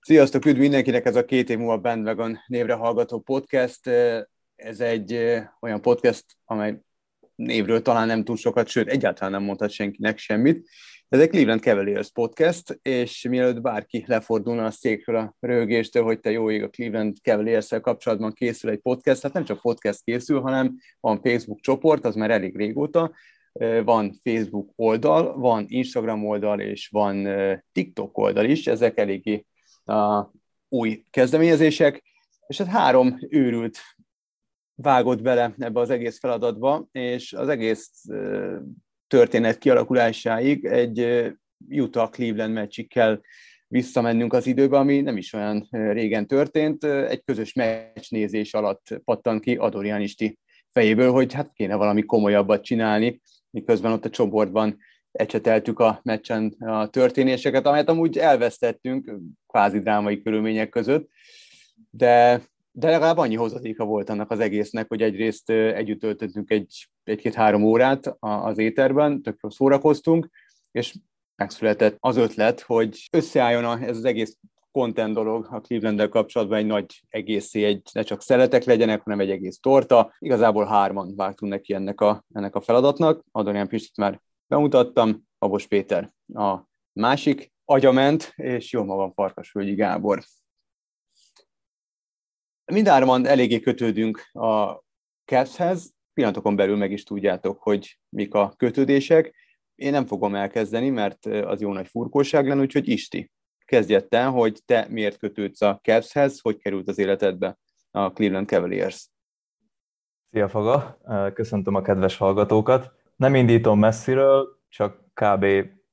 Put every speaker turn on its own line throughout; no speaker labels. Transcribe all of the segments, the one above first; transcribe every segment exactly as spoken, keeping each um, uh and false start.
Sziasztok, üdv mindenkinek, ez a két év múlva Bandwagon névre hallgató podcast. Ez egy olyan podcast, amely névről talán nem túl sokat, sőt, egyáltalán nem mondhat senkinek semmit. Ez egy Cleveland Cavaliers podcast, és mielőtt bárki lefordulna a székről a röhögéstől, hogy te jó ég, a Cleveland Cavaliers-szel kapcsolatban készül egy podcast, hát nem csak podcast készül, hanem van Facebook csoport, az már elég régóta, van Facebook oldal, van Instagram oldal, és van TikTok oldal is, ezek eléggé a új kezdeményezések, és hát három őrült vágott bele ebbe az egész feladatba, és az egész történet kialakulásáig egy Utah-Cleveland meccsig kell visszamennünk az időbe, ami nem is olyan régen történt. Egy közös meccsnézés alatt pattan ki Adorján Isti fejéből, hogy hát kéne valami komolyabbat csinálni, miközben ott a csoportban ecseteltük a meccsen a történéseket, amelyet amúgy elvesztettünk kvázi drámai körülmények között, de, de legalább annyi hozadéka volt annak az egésznek, hogy egyrészt együtt töltöttünk egy, egy-két-három órát az éterben, tökről szórakoztunk, és megszületett az ötlet, hogy összeálljon ez az egész content dolog a Cleveland-del kapcsolatban egy nagy egészé, egy, ne csak szeletek legyenek, hanem egy egész torta. Igazából hárman vágtunk neki ennek a, ennek a feladatnak. Adorján Pistit már bemutattam, Habos Péter a másik agyament, és jó magam Farkasvölgyi Gábor. Mindhárman eléggé kötődünk a Cavshez, pillanatokon belül meg is tudjátok, hogy mik a kötődések. Én nem fogom elkezdeni, mert az jó nagy furkóság lenne, úgyhogy Isti, kezdj el, hogy te miért kötődsz a Cavshez, hogy került az életedbe a Cleveland Cavaliers.
Szia Faga, köszöntöm a kedves hallgatókat. Nem indítom messziről, csak kb.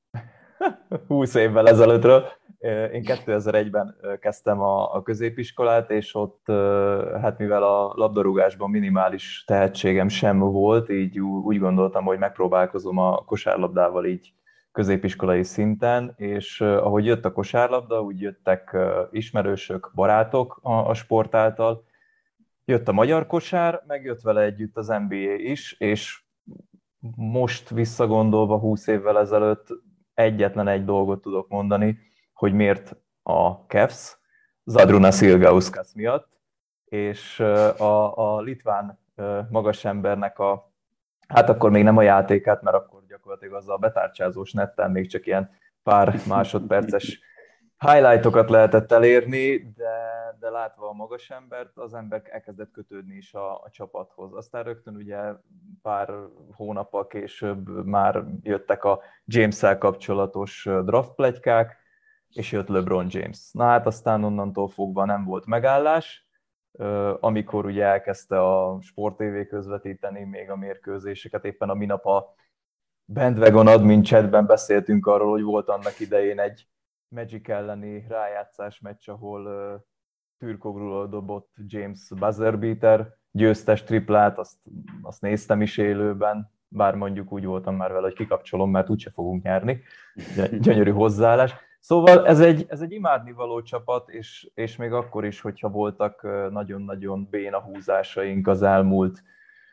húsz évvel ezelőttről. Én kétezer-egyben kezdtem a, a középiskolát, és ott, hát mivel a labdarúgásban minimális tehetségem sem volt, így úgy gondoltam, hogy megpróbálkozom a kosárlabdával így középiskolai szinten, és ahogy jött a kosárlabda, úgy jöttek ismerősök, barátok a, a sport által. Jött a magyar kosár, meg jött vele együtt az en bé á is, és most visszagondolva húsz évvel ezelőtt egyetlen egy dolgot tudok mondani, hogy miért a Cavs, Zydrunas Ilgauskas miatt, és a, a litván magasembernek a, hát akkor még nem a játékát, mert akkor gyakorlatilag azzal a betárcsázós nettel még csak ilyen pár másodperces highlightokat lehetett elérni, de, de látva a magasembert, az ember elkezdett kötődni is a, a csapathoz. Aztán rögtön ugye pár hónappal később már jöttek a James-szel kapcsolatos draftpletykák, és jött LeBron James. Na hát aztán onnantól fogva nem volt megállás, amikor ugye elkezdte a Sport té vé közvetíteni még a mérkőzéseket, éppen a minap a Bandwagon admin chatben beszéltünk arról, hogy volt annak idején egy Magic elleni rájátszás meccs, ahol uh, Türkogluról dobott James buzzer beater, győztes triplát, azt, azt néztem is élőben, bár mondjuk úgy voltam már vele, hogy kikapcsolom, mert úgyse fogunk nyerni. Gyönyörű hozzáállás. Szóval ez egy, ez egy imádnivaló csapat, és, és még akkor is, hogyha voltak nagyon-nagyon béna húzásaink az elmúlt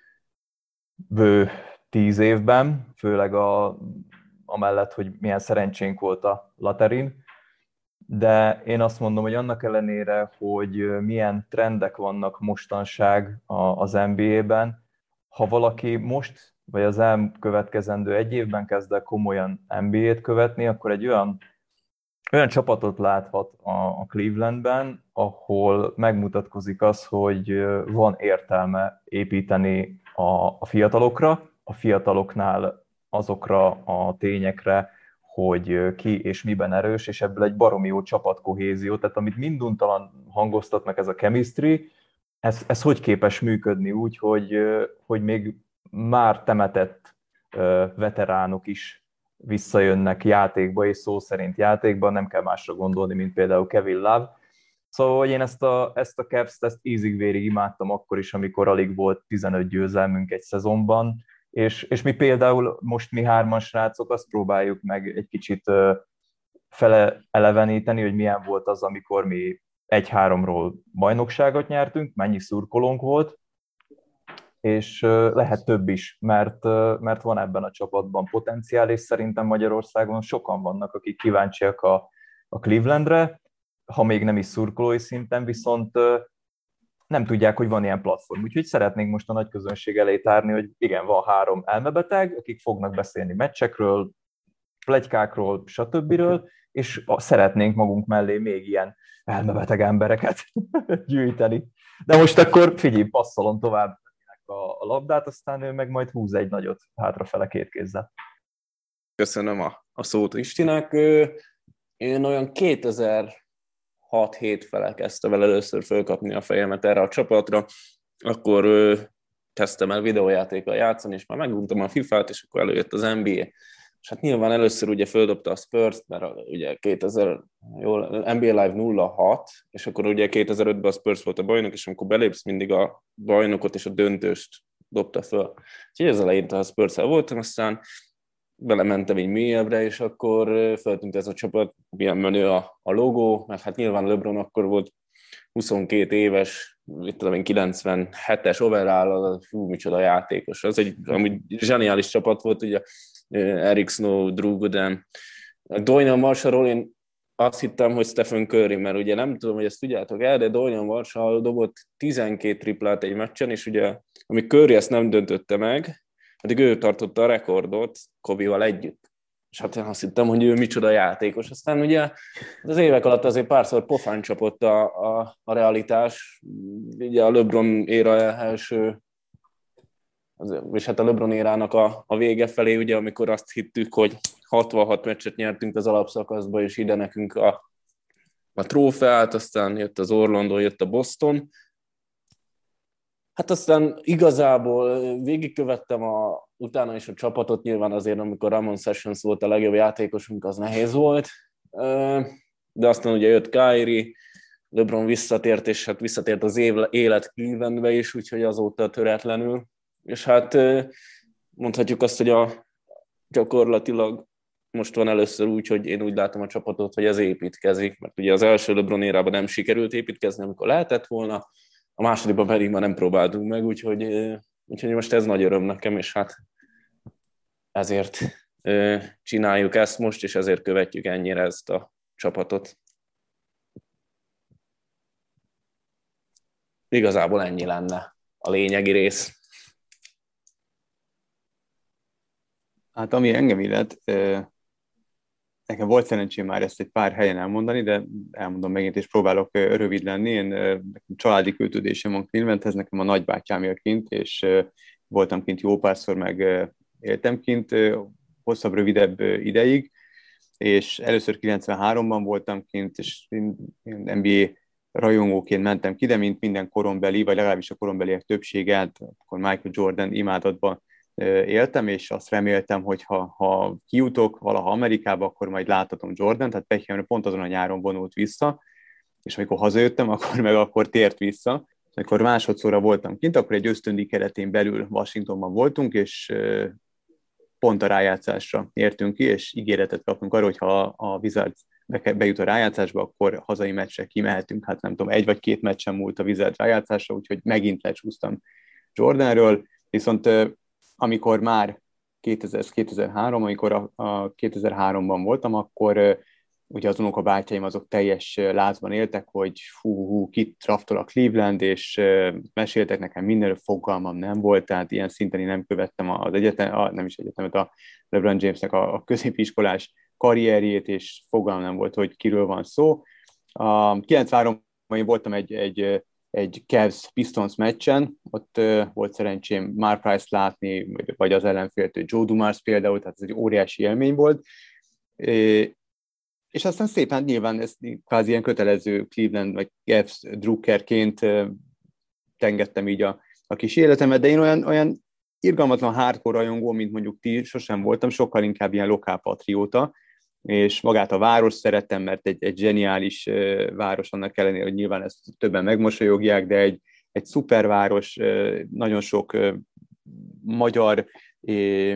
bő tíz évben, főleg a, amellett, hogy milyen szerencsénk volt a Laterin, de én azt mondom, hogy annak ellenére, hogy milyen trendek vannak mostanság az en bé á-ben, ha valaki most, vagy az elkövetkezendő egy évben kezd el komolyan en bé á-t követni, akkor egy olyan, olyan csapatot láthat a Clevelandben, ahol megmutatkozik az, hogy van értelme építeni a, a fiatalokra, a fiataloknál azokra a tényekre, hogy ki és miben erős, és ebből egy baromi jó csapatkohézió, tehát amit minduntalan hangoztatnak ez a chemistry, ez, ez hogy képes működni úgy, hogy, hogy még már temetett veteránok is visszajönnek játékba, és szó szerint játékban, nem kell másra gondolni, mint például Kevin Love. Szóval, hogy én ezt a, ezt a Cavs-t, ezt ízig-vérig imádtam akkor is, amikor alig volt tizenöt győzelmünk egy szezonban, és, és mi például most mi hárman srácok azt próbáljuk meg egy kicsit feleeleveníteni, hogy milyen volt az, amikor mi egy-háromról bajnokságot nyertünk, mennyi szurkolónk volt, és lehet több is, mert, mert van ebben a csapatban potenciál, és szerintem Magyarországon sokan vannak, akik kíváncsiak a, a Clevelandre. ha még nem is szurkolói szinten, viszont nem tudják, hogy van ilyen platform. Úgyhogy szeretnénk most a nagy közönség elé tárni, hogy igen, van három elmebeteg, akik fognak beszélni meccsekről, pletykákról, stb. És szeretnénk magunk mellé még ilyen elmebeteg embereket gyűjteni. De most akkor figyelj, passzolom tovább a, a labdát, aztán ő meg majd húz egy nagyot hátrafele két kézzel.
Köszönöm a, a szót Istinek. Én olyan kétezer-hat-hét fele kezdtem el először fölkapni a fejemet erre a csapatra, akkor kezdtem el videójátékkal játszani, és már meguntam a fifát, és akkor előjött az en bé á. És hát nyilván először ugye földobta a Spurs-t, mert ugye kétezer, jól, en bé á Live nulla hat, és akkor ugye kétezer-ötben a Spurs volt a bajnok, és amikor belépsz, mindig a bajnokot és a döntőst dobta föl. Úgyhogy ez elején a Spurs-el voltam, aztán belementem így mélyebbre, és akkor feltűnt ez a csapat, milyen menő a, a logó, mert hát nyilván LeBron akkor volt huszonkét éves, mit tudom én, kilencvenhetes overall, fú, micsoda játékos. Az egy amúgy zseniális csapat volt, ugye Eric Snow, Drew Gooden. Dwayne Marshallról én azt hittem, hogy Stephen Curry, mert ugye nem tudom, hogy ezt tudjátok el, de Dwayne Marshall dobott tizenkét triplát egy meccsen, és ugye, amíg Curry ezt nem döntötte meg, addig ő tartotta a rekordot Kobe-val együtt. És hát én azt hittem, hogy ő micsoda játékos. Aztán ugye az évek alatt azért párszor pofán csapott a, a, a realitás. Ugye a LeBron éra első, az, és hát a LeBron érának a, a vége felé, ugye, amikor azt hittük, hogy hatvanhat meccset nyertünk az alapszakaszba, és ide nekünk a, a trófeát, aztán jött az Orlando, jött a Boston. Hát aztán igazából végigkövettem a, utána is a csapatot, nyilván azért, amikor Ramon Sessions volt a legjobb játékosunk, az nehéz volt. De aztán ugye jött Kyrie, LeBron visszatért, és hát visszatért az élet Clevelandbe is, úgyhogy azóta töretlenül. És hát mondhatjuk azt, hogy a, gyakorlatilag most van először úgy, hogy én úgy látom a csapatot, hogy ez építkezik, mert ugye az első LeBron érában nem sikerült építkezni, amikor lehetett volna, a másodikban pedig már nem próbáltunk meg, úgyhogy, úgyhogy most ez nagy öröm nekem, és hát ezért csináljuk ezt most, és ezért követjük ennyire ezt a csapatot. Igazából ennyi lenne a lényegi rész.
Hát ami engem illet, nekem volt szerencsém már ezt egy pár helyen elmondani, de elmondom megint, és próbálok rövid lenni. Én nekem családi kötődésem van Clevelandhez, nekem a nagybátyám él kint, és voltam kint jó párszor, meg éltem kint hosszabb, rövidebb ideig, és először kilencvenháromban voltam kint, és en bé á rajongóként mentem ki, de mint minden korombeli, vagy legalábbis a korombeliek többsége, akkor Michael Jordan imádatban éltem, és azt reméltem, hogy ha, ha kijutok valaha Amerikába, akkor majd láthatom Jordan, tehát Beckhamre pont azon a nyáron vonult vissza, és amikor hazajöttem, akkor meg akkor tért vissza. Amikor másodszorra voltam kint, akkor egy ösztöndíj keretén belül Washingtonban voltunk, és pont a rájátszásra értünk ki, és ígéretet kaptunk arra, hogy ha a Wizards bejut a rájátszásba, akkor hazai meccsre kimehetünk. Hát nem tudom, egy vagy két meccsen múlt a Wizards rájátszásra, úgyhogy megint lecsúsztam Jordanről, viszont amikor már kétezer-kétezer-három, amikor a, a kétezer-háromban voltam, akkor uh, ugye az unokabátyáim azok teljes uh, lázban éltek, hogy hú, hú kit draftol a Cleveland, és uh, meséltek nekem mindenről, fogalmam nem volt, tehát ilyen szinten én nem követtem az egyetem, a, nem is egyetemet, a LeBron Jamesnek a, a középiskolás karrierjét, és fogalmam nem volt, hogy kiről van szó. A kilencvenháromban én voltam egy, egy egy Cavs Pistons meccsen, ott uh, volt szerencsém Mark Price látni, vagy az ellenféltől Joe Dumars például, tehát ez egy óriási élmény volt. É, és aztán szépen nyilván ez kvázi ilyen kötelező Cleveland vagy Cavs drukkerként uh, tengettem így a, a kis életemet, de én olyan, olyan irgalmatlan hardcore rajongó, mint mondjuk ti, sosem voltam, sokkal inkább ilyen lokálpatrióta, és magát a város szerettem, mert egy, egy zseniális uh, város, annak ellenére, hogy nyilván ezt többen megmosolyogják, de egy, egy szuperváros, uh, nagyon sok uh, magyar uh,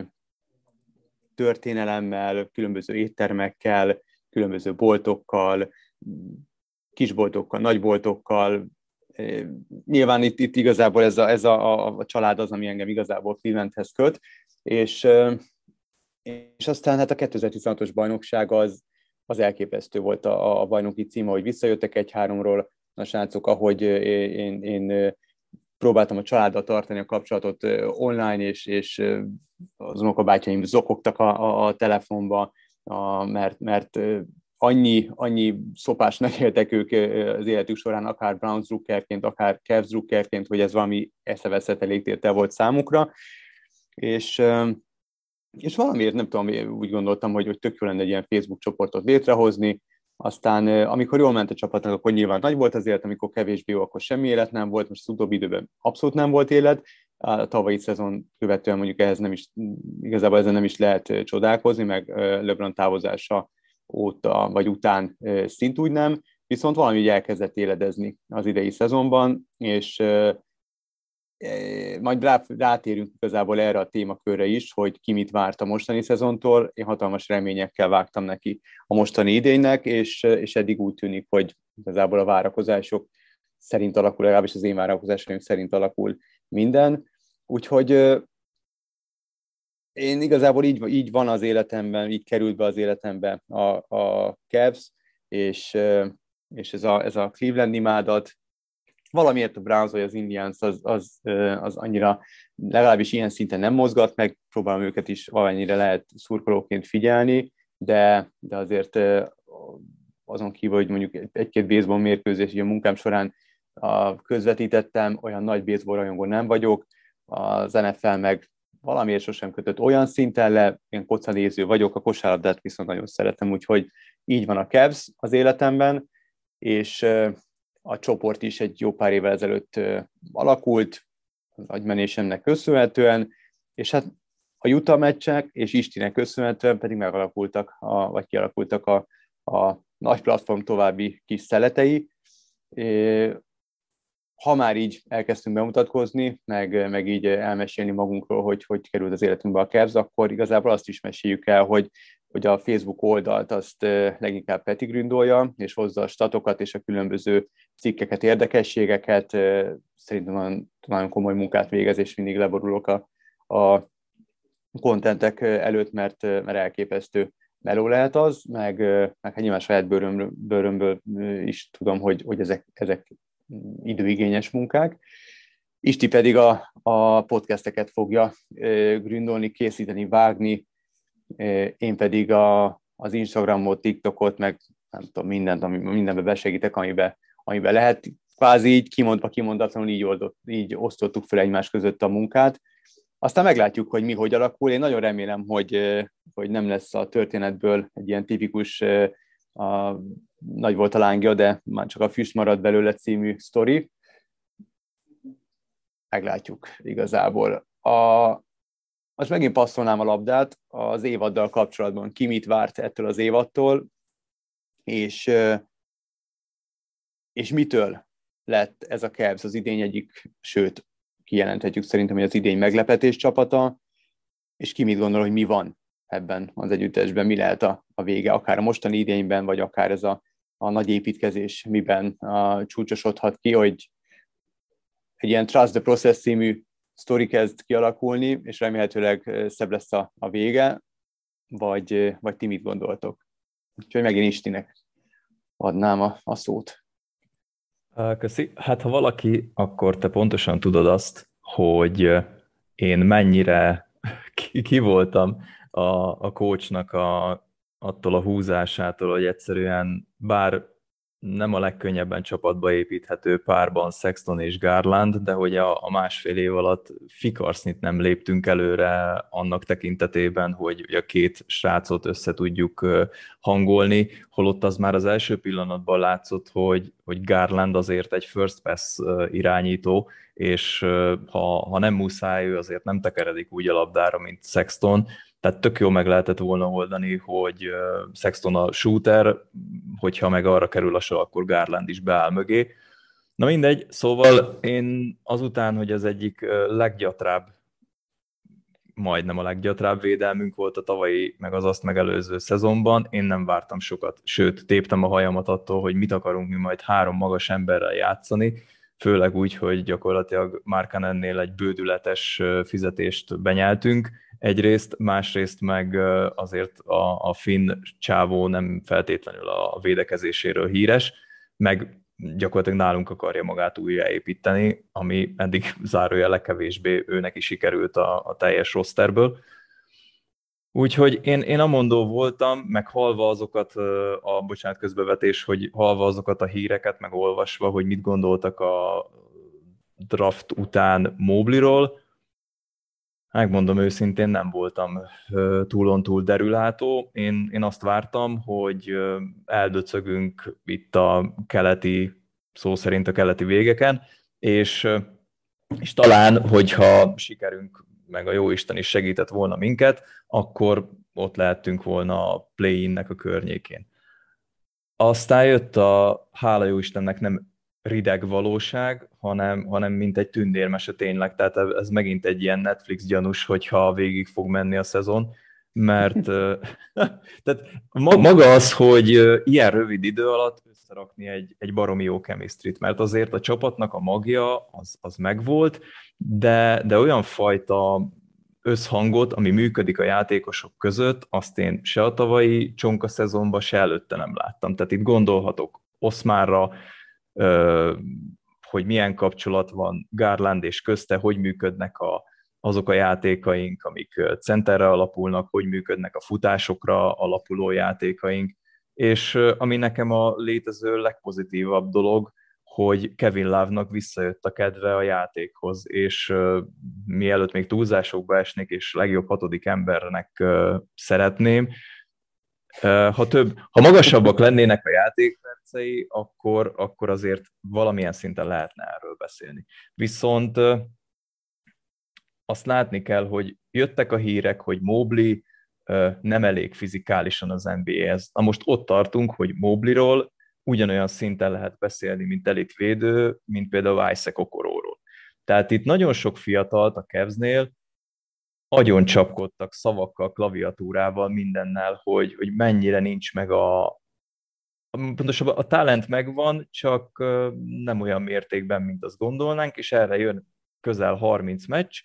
történelemmel, különböző éttermekkel, különböző boltokkal, kisboltokkal, nagyboltokkal. Uh, nyilván itt, itt igazából ez, a, ez a, a, a család az, ami engem igazából Clevelandhez köt, és uh, és aztán hát a kétezer-tizenhatos bajnokság az, az elképesztő volt a, a bajnoki cím, hogy visszajöttek egy-háromról a srácok, ahogy én, én próbáltam a családdal tartani a kapcsolatot online, és, és az unokabátyáim zokogtak a, a, a telefonba, a, mert, mert annyi, annyi szopást megéltek ők az életük során, akár Browns drukkerként, akár Cavs drukkerként, hogy ez valami eszeveszett légtétel volt számukra, és, és valamiért nem tudom, úgy gondoltam, hogy, hogy tök jó lenne egy ilyen Facebook csoportot létrehozni, aztán amikor jól ment a csapatnak, akkor nyilván nagy volt az élet, amikor kevésbé jó, akkor semmi élet nem volt, most az utóbbi időben abszolút nem volt élet, a tavalyi szezon követően mondjuk ehhez nem is, igazából ezen nem is lehet csodálkozni, meg LeBron távozása óta vagy után szintúgy nem, viszont valami így elkezdett éledezni az idei szezonban, és majd rá, rátérünk igazából erre a témakörre is, hogy ki mit várt a mostani szezontól. Én hatalmas reményekkel vágtam neki a mostani idénynek, és, és eddig úgy tűnik, hogy igazából a várakozások szerint alakul, legalábbis az én várakozásaim szerint alakul minden. Úgyhogy én igazából így, így van az életemben, így került be az életembe a, a Cavs, és, és ez, a, ez a Cleveland imádat. Valamiért a Browns vagy az Indians az, az, az annyira, legalábbis ilyen szinten nem mozgat, meg próbálom őket is valamennyire lehet szurkolóként figyelni, de, de azért azon kívül, hogy mondjuk egy-két baseball mérkőzés, a munkám során közvetítettem, olyan nagy baseball rajongó nem vagyok, az en ef el meg valamiért sosem kötött olyan szinten le, én kocanéző vagyok, a kosárlabdát viszont nagyon szeretem, úgyhogy így van a Cavs az életemben, és a csoport is egy jó pár évvel ezelőtt alakult, az agymenésemnek köszönhetően, és hát a Utah meccsek és Istinek köszönhetően pedig megalakultak, a, vagy kialakultak a, a nagy platform további kis szeletei. Ha már így elkezdtünk bemutatkozni, meg, meg így elmesélni magunkról, hogy hogy került az életünkbe a Cavs, akkor igazából azt is meséljük el, hogy, hogy a Facebook oldalt azt leginkább Peti gründolja, és hozza a statokat és a különböző cikkeket, érdekességeket. Szerintem nagyon, nagyon komoly munkát végez, és mindig leborulok a, a kontentek előtt, mert, mert elképesztő meló lehet az, meg, meg nyilván saját bőrömből, bőrömből is tudom, hogy, hogy ezek, ezek időigényes munkák. Isti pedig a, a podcasteket fogja gründolni, készíteni, vágni, én pedig a, az Instagramot, TikTokot, meg nem tudom, mindent, ami, mindenbe besegítek, amiben, amiben lehet. Kvázi így kimondva, kimondatlanul így, oldott, így osztottuk fel egymás között a munkát. Aztán meglátjuk, hogy mi hogy alakul. Én nagyon remélem, hogy, hogy nem lesz a történetből egy ilyen tipikus a, nagy volt a lángja, de már csak a füst marad belőle című sztori. Meglátjuk igazából. A, most megint passzolnám a labdát az évaddal kapcsolatban. Ki mit várt ettől az évadtól, és, és mitől lett ez a Cavs az idény egyik, sőt, kijelenthetjük szerintem, hogy az idény meglepetés csapata, és ki mit gondol, hogy mi van ebben az együttesben, mi lehet a, a vége, akár a mostani idényben, vagy akár ez a, a nagy építkezés miben a, csúcsosodhat ki, hogy egy ilyen Trust the Process című sztori kezd kialakulni, és remélhetőleg szebb lesz a, a vége, vagy, vagy ti mit gondoltok? Úgyhogy megint Istinek adnám a, a szót.
Köszi. Hát ha valaki, akkor te pontosan tudod azt, hogy én mennyire ki, ki voltam a, a coachnak a, attól a húzásától, hogy egyszerűen bár nem a legkönnyebben csapatba építhető párban Sexton és Garland, de hogy a, a másfél év alatt fikarsznyit nem léptünk előre annak tekintetében, hogy a két srácot össze tudjuk hangolni, holott az már az első pillanatban látszott, hogy, hogy Garland azért egy first pass irányító, és ha, ha nem muszáj, ő azért nem tekeredik úgy a labdára, mint Sexton. Tehát tök jó meg lehetett volna oldani, hogy Sexton a shooter, hogyha meg arra kerül a sor, akkor Garland is beáll mögé. Na mindegy, szóval én azután, hogy az egyik leggyatrább, majdnem a leggyatrább védelmünk volt a tavalyi, meg az azt megelőző szezonban, én nem vártam sokat, sőt, téptem a hajamat attól, hogy mit akarunk mi majd három magas emberrel játszani, főleg úgy, hogy gyakorlatilag Markkanennél egy bődületes fizetést benyeltünk, egyrészt, másrészt meg azért a, a finn csávó nem feltétlenül a védekezéséről híres, meg gyakorlatilag nálunk akarja magát újjáépíteni, ami eddig zárója legkevésbé őnek is sikerült a, a teljes rosterből. Úgyhogy én, én amondó voltam, meg hallva azokat, a bocsánat közbevetés, hogy hallva azokat a híreket, meg olvasva, hogy mit gondoltak a draft után Mobleyról, megmondom őszintén, nem voltam túlon-túl derülátó. Én, én azt vártam, hogy eldöcögünk itt a keleti, szó szerint a keleti végeken, és, és talán, hogyha sikerünk, meg a jóisten is segített volna minket, akkor ott lehettünk volna a play-innek a környékén. Aztán jött a, hála jóistennek, nem rideg valóság, hanem, hanem mint egy tündérmese tényleg, tehát ez megint egy ilyen Netflix gyanús, hogyha végig fog menni a szezon, mert tehát maga az, hogy ilyen rövid idő alatt összerakni egy, egy baromi jó chemistryt, mert azért a csapatnak a magja az, az megvolt, de, de olyan fajta összhangot, ami működik a játékosok között, azt én se a tavalyi csonka szezonban, se előtte nem láttam. Tehát itt gondolhatok Oszmárra, hogy milyen kapcsolat van Garland és közte, hogy működnek a, azok a játékaink, amik centerre alapulnak, hogy működnek a futásokra alapuló játékaink, és ami nekem a létező legpozitívabb dolog, hogy Kevin Love-nak visszajött a kedve a játékhoz, és uh, mielőtt még túlzásokba esnék, és legjobb hatodik embernek uh, szeretném, uh, ha több, ha magasabbak lennének a játékpercei, akkor, akkor azért valamilyen szinten lehetne erről beszélni. Viszont uh, azt látni kell, hogy jöttek a hírek, hogy Mobley uh, nem elég fizikálisan az en bé á-hez. Na most ott tartunk, hogy Mobleyról ugyanolyan szinten lehet beszélni, mint elitvédő, mint például Isaac Okoróról. Tehát itt nagyon sok fiatalt a Cavsnél agyon csapkodtak szavakkal, klaviatúrával, mindennel, hogy, hogy mennyire nincs meg a... Pontosabban a talent megvan, csak nem olyan mértékben, mint azt gondolnánk, és erre jön közel harminc meccs,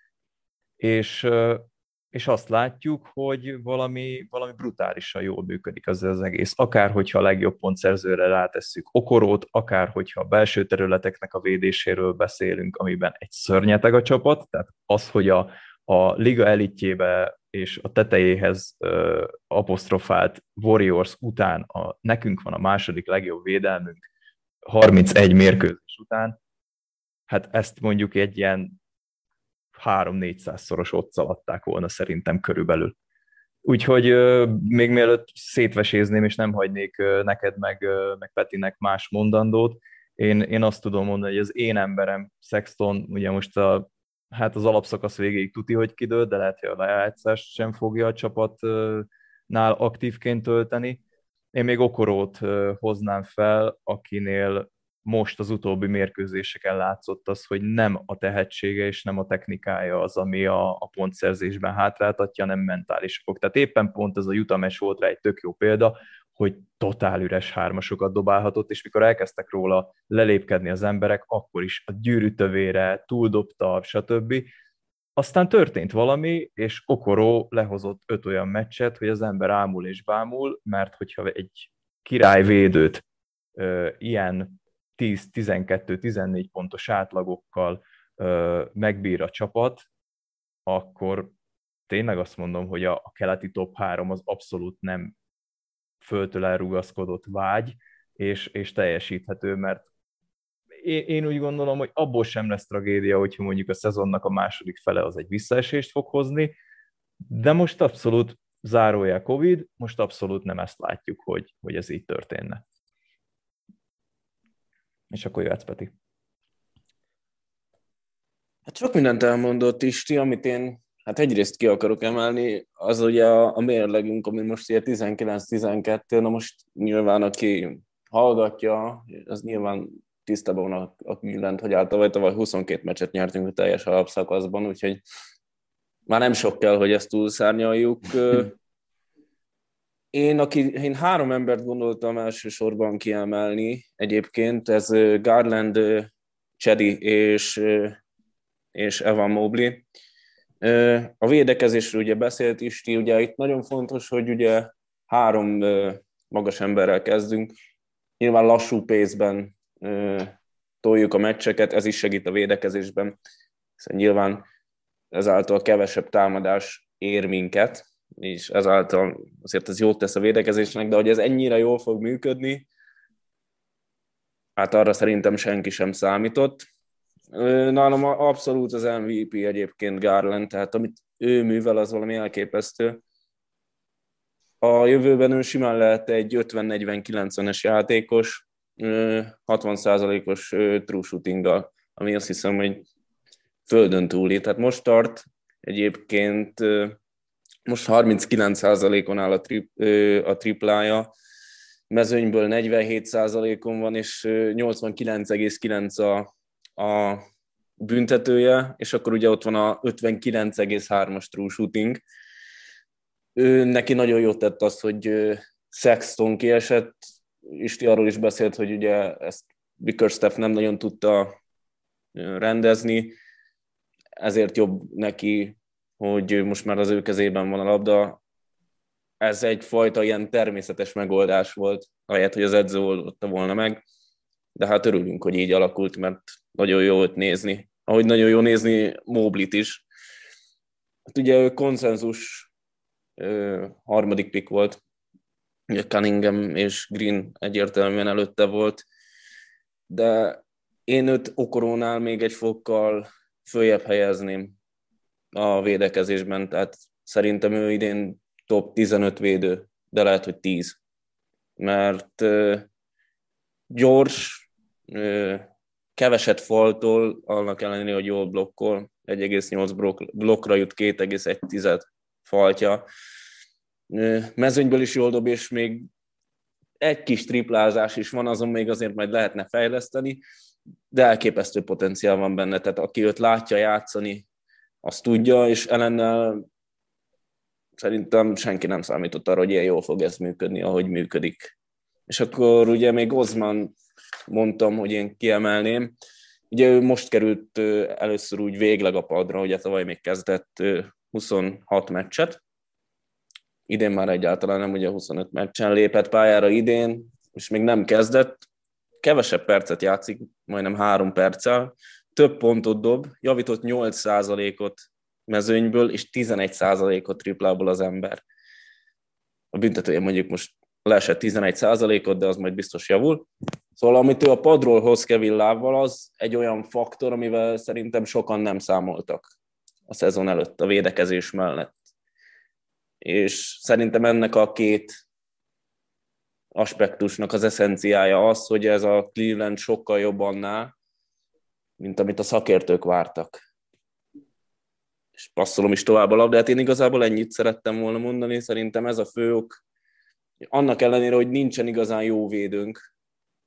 és... és azt látjuk, hogy valami, valami brutálisan jól működik az, az egész. Akár, hogyha a legjobb pontszerzőre rátesszük Okorót, akár, hogyha a belső területeknek a védéséről beszélünk, amiben egy szörnyeteg a csapat, tehát az, hogy a, a liga elitjébe és a tetejéhez uh, apostrofált Warriors után a, nekünk van a második legjobb védelmünk harmincegy mérkőzés után, hát ezt mondjuk egy ilyen három-négyszázszoros otccal adták volna szerintem körülbelül. Úgyhogy euh, még mielőtt szétvesézném, és nem hagynék euh, neked meg, euh, meg Petinek más mondandót, én, én azt tudom mondani, hogy az én emberem, Sexton, ugye most a, hát az alapszakasz végéig tuti, hogy kidőlt, de lehet, hogy a lejátszást sem fogja a csapatnál aktívként tölteni. Én még Okorót euh, hoznám fel, akinél most az utóbbi mérkőzéseken látszott az, hogy nem a tehetsége és nem a technikája az, ami a, a pontszerzésben hátráltatja, hanem mentális okok. Tehát éppen pont ez a Utah meccs volt rá egy tök jó példa, hogy totál üres hármasokat dobálhatott, és mikor elkezdtek róla lelépkedni az emberek, akkor is a gyűrűtövére túldobta, stb. Aztán történt valami, és Okoro lehozott öt olyan meccset, hogy az ember ámul és bámul, mert hogyha egy királyvédőt ö, ilyen tíz, tizenkettő, tizennégy pontos átlagokkal ö, megbír a csapat, akkor tényleg azt mondom, hogy a, a keleti top három az abszolút nem föltől elrugaszkodott vágy, és, és teljesíthető, mert én, én úgy gondolom, hogy abból sem lesz tragédia, hogyha mondjuk a szezonnak a második fele az egy visszaesést fog hozni, de most abszolút zárójel Covid, most abszolút nem ezt látjuk, hogy, hogy ez így történne. És akkor jöhetsz, Peti.
Hát sok mindent elmondott Isti, amit én hát egyrészt ki akarok emelni, az ugye a, a mérlegünk, ami most ilyen tizenkilenc tizenkettő, na most nyilván aki hallgatja, az nyilván tisztában van a mindent, hogy általában tavaly huszonkét meccset nyertünk a teljes alapszakaszban, úgyhogy már nem sok kell, hogy ezt túlszárnyaljuk. Én, aki, én három embert gondoltam elsősorban kiemelni egyébként, ez Garland, Chedi és, és Evan Mobley. A védekezésről ugye beszélt Isti, ugye itt nagyon fontos, hogy ugye három magas emberrel kezdünk. Nyilván lassú pace-ben toljuk a meccseket, ez is segít a védekezésben, hiszen nyilván ezáltal kevesebb támadás ér minket, és ezáltal azért ez jót tesz a védekezésnek, de hogy ez ennyire jól fog működni, hát arra szerintem senki sem számított. Nálam abszolút az em vé pé egyébként Garland, tehát amit ő művel, az valami elképesztő. A jövőben ő simán lehet egy ötven negyven kilencvenes játékos, hatvan százalékos true shootinggal, ami azt hiszem, hogy földön túli. Tehát most tart egyébként, most harminckilenc százalékon áll a, tri, a triplája, mezőnyből negyvenhét százalékon van, és nyolcvankilenc egész kilenc a, a büntetője, és akkor ugye ott van a ötvenkilenc egész hármas true shooting. Ő, neki nagyon jót tett az, hogy Sexton kiesett, Isti arról is beszélt, hogy ugye ezt Bickerstaff nem nagyon tudta rendezni, ezért jobb neki, hogy most már az ő kezében van a labda. Ez egyfajta ilyen természetes megoldás volt, ahelyett, hogy az edző oldotta volna meg, de hát örülünk, hogy így alakult, mert nagyon jó őt nézni. Ahogy nagyon jó nézni Mobleyt is. Hát ugye ő konszenzus ö, harmadik pick volt, ugye Cunningham és Green egyértelműen előtte volt, de én őt Okorónál még egy fokkal följebb helyezném a védekezésben, tehát szerintem ő idén top tizenöt védő, de lehet, hogy tíz. Mert uh, gyors, uh, keveset faltól, annak ellenére, hogy jól blokkol, egy egész nyolc blokkra jut, két egész egy faltja. Uh, mezőnyből is jól dob, és még egy kis triplázás is van, azon még azért majd lehetne fejleszteni, de elképesztő potenciál van benne, tehát aki őt látja játszani, azt tudja, és ellennel szerintem senki nem számított arra, hogy ilyen jól fog ez működni, ahogy működik. És akkor ugye még Osman mondtam, hogy én kiemelném. Ugye ő most került először úgy végleg a padra, ugye tavaly még kezdett huszonhat meccset. Idén már egyáltalán nem, ugye huszonöt meccsen lépett pályára idén, és még nem kezdett. Kevesebb percet játszik, majdnem három perccel. Több pontot dob, javított nyolc százalékot mezőnyből, és tizenegy százalékot triplából az ember. A büntetője mondjuk most leesett tizenegy százalékot, de az majd biztos javul. Szóval amit ő a padról hoz Kevin Love-val, az egy olyan faktor, amivel szerintem sokan nem számoltak a szezon előtt, a védekezés mellett. És szerintem ennek a két aspektusnak az eszenciája az, hogy ez a Cleveland sokkal jobb annál, mint amit a szakértők vártak. És passzolom is tovább a labdát. Én igazából ennyit szerettem volna mondani, szerintem ez a fő ok. Annak ellenére, hogy nincsen igazán jó védőnk,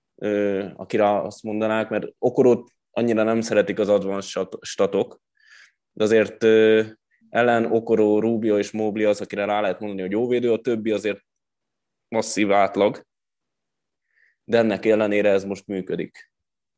akire azt mondanák, mert Okorót annyira nem szeretik az advanced statok, de azért ellen Okoró, Rubio és Mobley az, akire rá lehet mondani, hogy jó védő, a többi azért masszív átlag, de ennek ellenére ez most működik.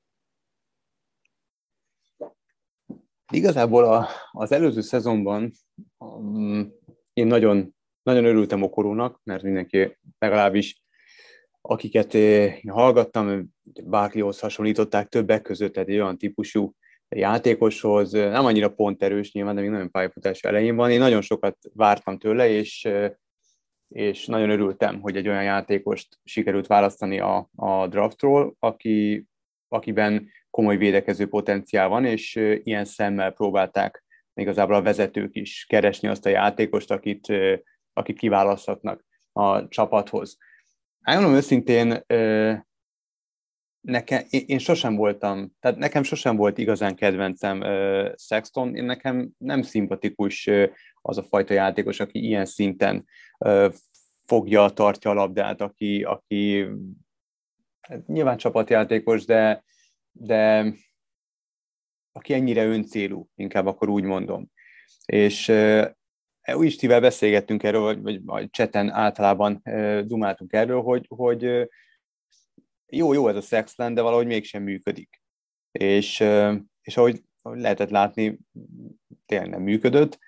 Igazából a, az előző szezonban um, én nagyon, nagyon örültem Okorónak, mert mindenki legalábbis, akiket én hallgattam, Barkleyhoz hasonlították többek között, tehát egy olyan típusú játékoshoz, nem annyira ponterős nyilván, de még nagyon pályafutás elején van. Én nagyon sokat vártam tőle, és, és nagyon örültem, hogy egy olyan játékost sikerült választani a, a draftról, aki, akiben komoly védekező potenciál van, és ilyen szemmel próbálták igazából a vezetők is keresni azt a játékost, akit, akit kiválaszthatnak a csapathoz. Elmondom őszintén, nekem, én sosem voltam, tehát nekem sosem volt igazán kedvencem Sexton, én nekem nem szimpatikus az a fajta játékos, aki ilyen szinten fogja, tartja a labdát, aki, aki nyilván csapatjátékos, de de aki ennyire öncélú, inkább akkor úgy mondom. És uh, Istivel beszélgettünk erről, vagy, vagy a chaten általában uh, dumáltunk erről, hogy, hogy uh, jó, jó ez a Sexton, de valahogy mégsem működik. És, uh, és ahogy, ahogy lehetett látni, tényleg nem működött.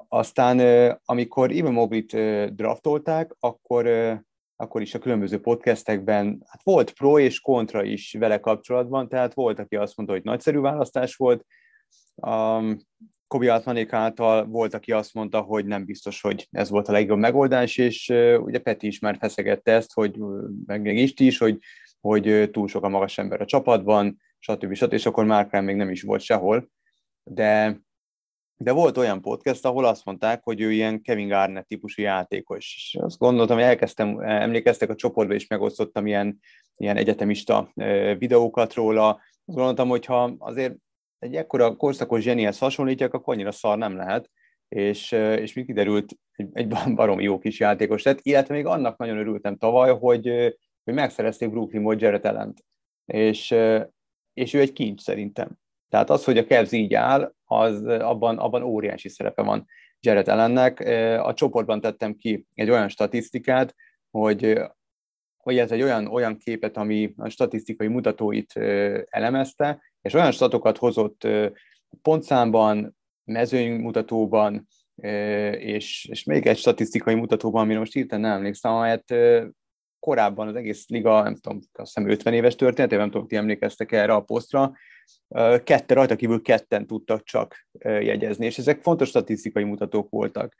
aztán amikor Immobile-t draftolták, akkor, akkor is a különböző podcastekben hát volt pro és kontra is vele kapcsolatban, tehát volt, aki azt mondta, hogy nagyszerű választás volt, um, Kobi Altmanék által volt, aki azt mondta, hogy nem biztos, hogy ez volt a legjobb megoldás, és uh, ugye Peti is már feszegette ezt, hogy meg még Isti is, hogy, hogy túl sok a magas ember a csapatban, stb. stb. És akkor Mark még nem is volt sehol, de, de volt olyan podcast, ahol azt mondták, hogy ő ilyen Kevin Garnett típusú játékos. És azt gondoltam, hogy elkezdtem, emlékeztek a csoportba, és megosztottam ilyen, ilyen egyetemista videókat róla. Azt gondoltam, hogyha azért egy ekkora korszakos zsenihez hasonlítják, akkor annyira szar nem lehet, és, és mi kiderült, egy, egy baromi jó kis játékos lett, illetve még annak nagyon örültem tavaly, hogy, hogy megszerezték Brooklynból Jarrett Allent, és, és ő egy kincs szerintem. Tehát az, hogy a Cavs így áll, az abban, abban óriási szerepe van Jarrett Allennek. A csoportban tettem ki egy olyan statisztikát, hogy, hogy ez egy olyan, olyan képet, ami a statisztikai mutatóit elemezte, és olyan statokat hozott pontszámban, mezőnymutatóban, és, és még egy statisztikai mutatóban, amire most hirtelen nem emlékszem, amelyet korábban az egész liga, nem tudom, azt hiszem ötven éves történetében, nem tudom, ti emlékeztek erre a posztra, kette rajta kívül ketten tudtak csak jegyezni, és ezek fontos statisztikai mutatók voltak.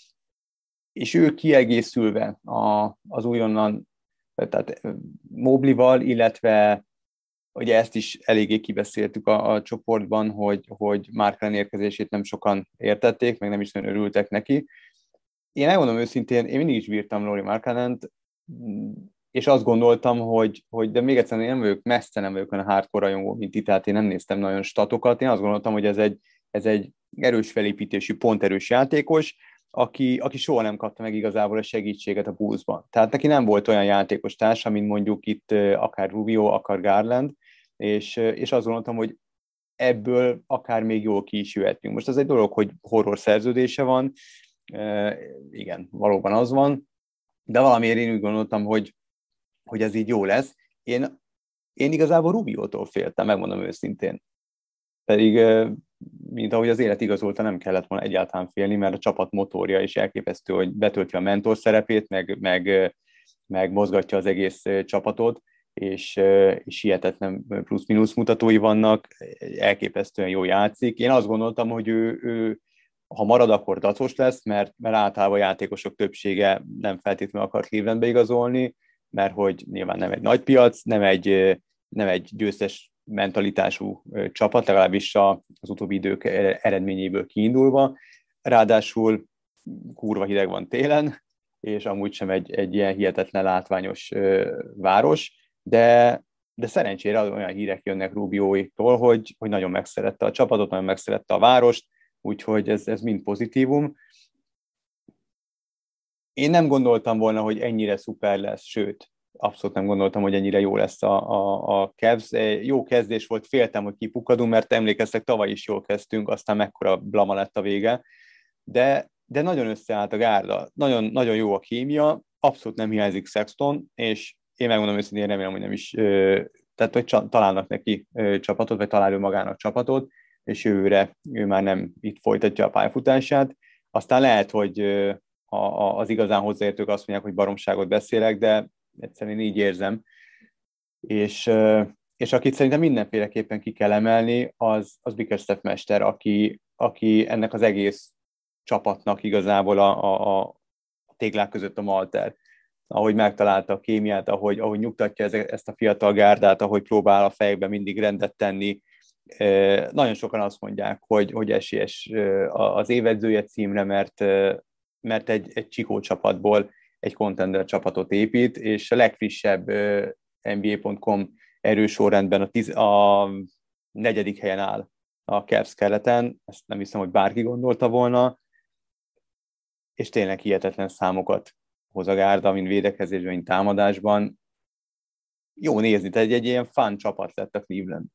És ő kiegészülve a, az újonnan, tehát Mobley-val, illetve ugye ezt is eléggé kibeszéltük a, a csoportban, hogy, hogy Mark Allen érkezését nem sokan értették, meg nem is nagyon örültek neki. Én elmondom őszintén, én mindig is bírtam Lauri Markkanent, és azt gondoltam, hogy, hogy de még egyszer én nem vagyok, messze nem vagyok olyan hardcore rajongó, mint itt, tehát én nem néztem nagyon statokat, én azt gondoltam, hogy ez egy, ez egy erős felépítésű, ponterős játékos, aki, aki soha nem kapta meg igazából a segítséget a Bullsban. Tehát neki nem volt olyan játékos társa, mint mondjuk itt akár Rubio, akár Garland, és, és azt gondoltam, hogy ebből akár még jól ki is jöhetünk. Most az egy dolog, hogy horror szerződése van, e, igen, valóban az van, de valamiért én úgy gondoltam, hogy, hogy ez így jó lesz. Én, én igazából Rubiótól féltem, megmondom őszintén. Pedig, mint ahogy az élet igazolta, nem kellett volna egyáltalán félni, mert a csapat motorja is elképesztő, hogy betölti a mentor szerepét, meg, meg, meg mozgatja az egész csapatot, és, és hihetetlen plusz-minusz mutatói vannak, elképesztően jó játszik. Én azt gondoltam, hogy ő, ő ha marad, akkor dacos lesz, mert, mert általában a játékosok többsége nem feltétlenül akar Clevelandbe igazolni, mert hogy nyilván nem egy nagy piac, nem egy, nem egy győztes mentalitású csapat, legalábbis az utóbbi idők eredményéből kiindulva. Ráadásul kurva hideg van télen, és amúgy sem egy, egy ilyen hihetetlen látványos város, de, de szerencsére olyan hírek jönnek Rubioéktól, hogy, hogy nagyon megszerette a csapatot, nagyon megszerette a várost, úgyhogy ez, ez mind pozitívum. Én nem gondoltam volna, hogy ennyire szuper lesz, sőt, abszolút nem gondoltam, hogy ennyire jó lesz a, a, a Cavs. Jó kezdés volt, féltem, hogy kipukkadunk, mert emlékeztek, tavaly is jól kezdtünk, aztán mekkora blama lett a vége, de, de nagyon összeállt a gárda, nagyon, nagyon jó a kémia, abszolút nem hiányzik Sexton, és én megmondom őszintén, remélem, hogy nem is, tehát hogy találnak neki csapatot, vagy talál ő magának csapatot, és jövőre ő már nem itt folytatja a pályafutását. Aztán lehet, hogy az igazán hozzáértők azt mondják, hogy baromságot beszélek, de egyszerűen így érzem. És, és akit szerintem mindenféleképpen ki kell emelni, az, az Bickerstaff mester, aki, aki ennek az egész csapatnak igazából a, a, a téglák között a malter. Ahogy megtalálta a kémiát, ahogy, ahogy nyugtatja ezt a fiatal gárdát, ahogy próbál a fejekbe mindig rendet tenni. Nagyon sokan azt mondják, hogy, hogy esélyes az évedzője címre, mert, mert egy, egy Csikó csapatból egy contender csapatot épít, és a legfrissebb en bé á pont com erősorrendben a, tiz, a negyedik helyen áll a Cavs keleten, ezt nem hiszem, hogy bárki gondolta volna, és tényleg hihetetlen számokat hoz a gárda, mint védekezésben, mint támadásban. Jó nézni, tehát egy, egy ilyen fun csapat lett a Cleveland.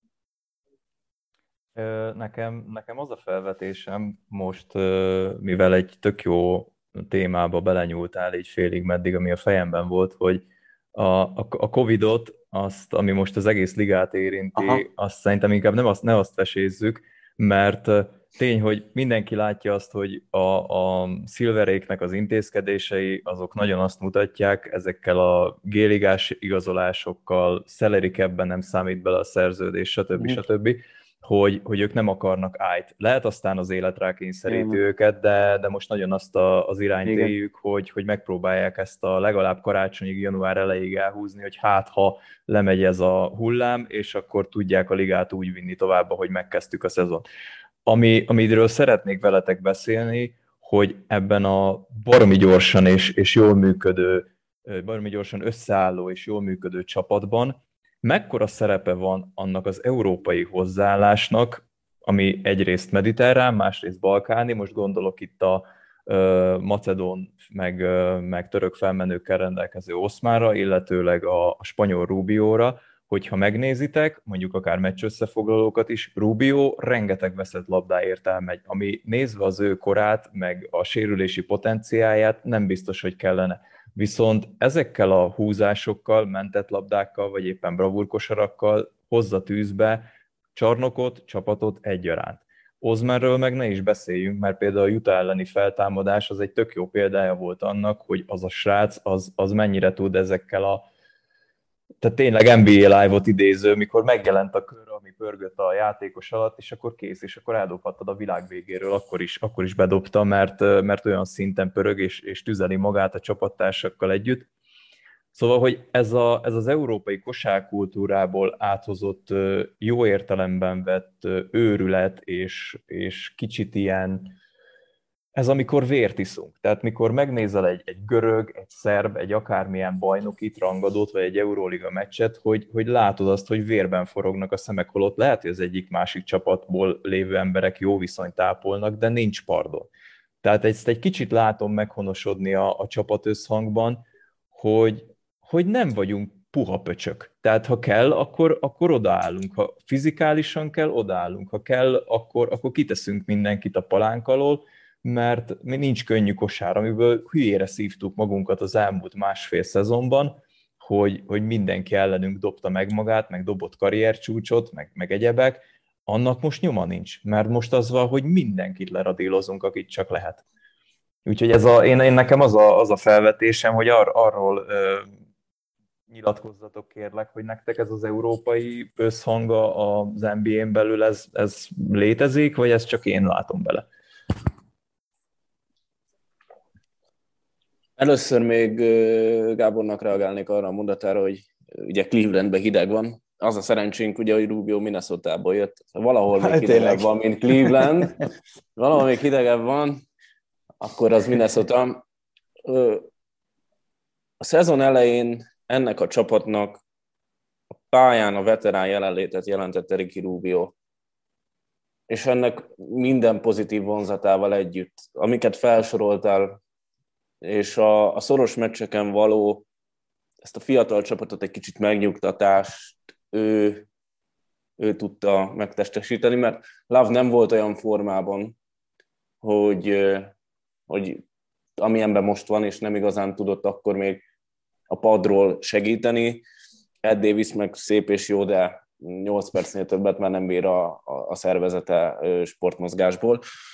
Nekem, nekem az a felvetésem most, mivel egy tök jó témába belenyúltál így félig meddig, ami a fejemben volt, hogy a, a, a Covidot, azt, ami most az egész ligát érinti, Aha. azt szerintem inkább nem azt, ne azt vesézzük, mert tény, hogy mindenki látja azt, hogy a, a Silveréknek az intézkedései azok nagyon azt mutatják, ezekkel a géligás igazolásokkal, Szeleri Capben nem számít bele a szerződés, stb.
Uh-huh.
stb., hogy, hogy ők nem akarnak ájt. Lehet aztán az élet rákényszeríti
Igen.
őket, de, de most nagyon azt a, az irányt
Igen.
éljük, hogy, hogy megpróbálják ezt a legalább karácsonyig, január elejéig elhúzni, hogy hát ha lemegy ez a hullám, és akkor tudják a ligát úgy vinni tovább, ahogy megkezdtük a szezon. Ami, amiről szeretnék veletek beszélni, hogy ebben a baromi gyorsan és, és jól működő, baromi gyorsan összeálló és jól működő csapatban mekkora szerepe van annak az európai hozzáállásnak, ami egyrészt mediterrán, másrészt balkáni, most gondolok itt a uh, macedón, meg, uh, meg török felmenőkkel rendelkező Oszmánra, illetőleg a, a spanyol Rubióra, hogyha megnézitek, mondjuk akár meccs összefoglalókat is, Rubio rengeteg veszett labdáért elmegy, ami nézve az ő korát, meg a sérülési potenciáját nem biztos, hogy kellene. Viszont ezekkel a húzásokkal, mentett labdákkal, vagy éppen bravúrkosarakkal hozza tűzbe csarnokot, csapatot egyaránt. Ozmerről meg ne is beszéljünk, mert például a Utah elleni feltámadás az egy tök jó példája volt annak, hogy az a srác, az, az mennyire tud ezekkel a tehát tényleg en bé á Live-ot idéző, mikor megjelent a kör, ami pörgött a játékos alatt, és akkor kész, és akkor eldobhattad a világ végéről, akkor is, akkor is bedobta, mert, mert olyan szinten pörög, és, és tüzeli magát a csapattársakkal együtt. Szóval, hogy ez, a, ez az európai kosárkultúrából áthozott jó értelemben vett őrület, és, és kicsit ilyen, ez amikor vért iszunk. Tehát mikor megnézel egy, egy görög, egy szerb, egy akármilyen bajnokit, rangadót, vagy egy Euróliga meccset, hogy, hogy látod azt, hogy vérben forognak a szemek, holott lehet, hogy az egyik-másik csapatból lévő emberek jó viszonyt tápolnak, de nincs pardon. Tehát ezt egy kicsit látom meghonosodni a, a csapat összhangban, hogy, hogy nem vagyunk puha pöcsök. Tehát ha kell, akkor, akkor odaállunk. Ha fizikálisan kell, odaállunk. Ha kell, akkor, akkor kiteszünk mindenkit a palánk alól, mert mi nincs könnyű kosár, amiből hülyére szívtuk magunkat az elmúlt másfél szezonban, hogy, hogy mindenki ellenünk dobta meg magát, meg dobott karriercsúcsot, meg, meg egyebek, annak most nyoma nincs, mert most az van, hogy mindenkit leradírozunk, akit csak lehet. Úgyhogy ez a, én, én nekem az a, az a felvetésem, hogy ar, arról ö, nyilatkozzatok kérlek, hogy nektek ez az európai összhanga az en bé á-n belül ez, ez létezik, vagy ezt csak én látom bele?
Először még Gábornak reagálnék arra a mondatára, hogy ugye Clevelandben hideg van. Az a szerencsénk, ugye, hogy Rubio Minnesotából jött. Valahol még hát hidegebb van, mint Cleveland. Valahol még hidegebb van, akkor az Minnesota. A szezon elején ennek a csapatnak a pályán a veterán jelenlétet jelentette Ricky Rubio. És ennek minden pozitív vonzatával együtt, amiket felsoroltál, és a, a szoros meccseken való ezt a fiatal csapatot egy kicsit megnyugtatást ő, ő tudta megtestesíteni, mert Love nem volt olyan formában, hogy, hogy amilyenben most van, és nem igazán tudott akkor még a padról segíteni. Ed Davis meg szép és jó, de nyolc percnél többet már nem bír a, a, a szervezete sportmozgásból.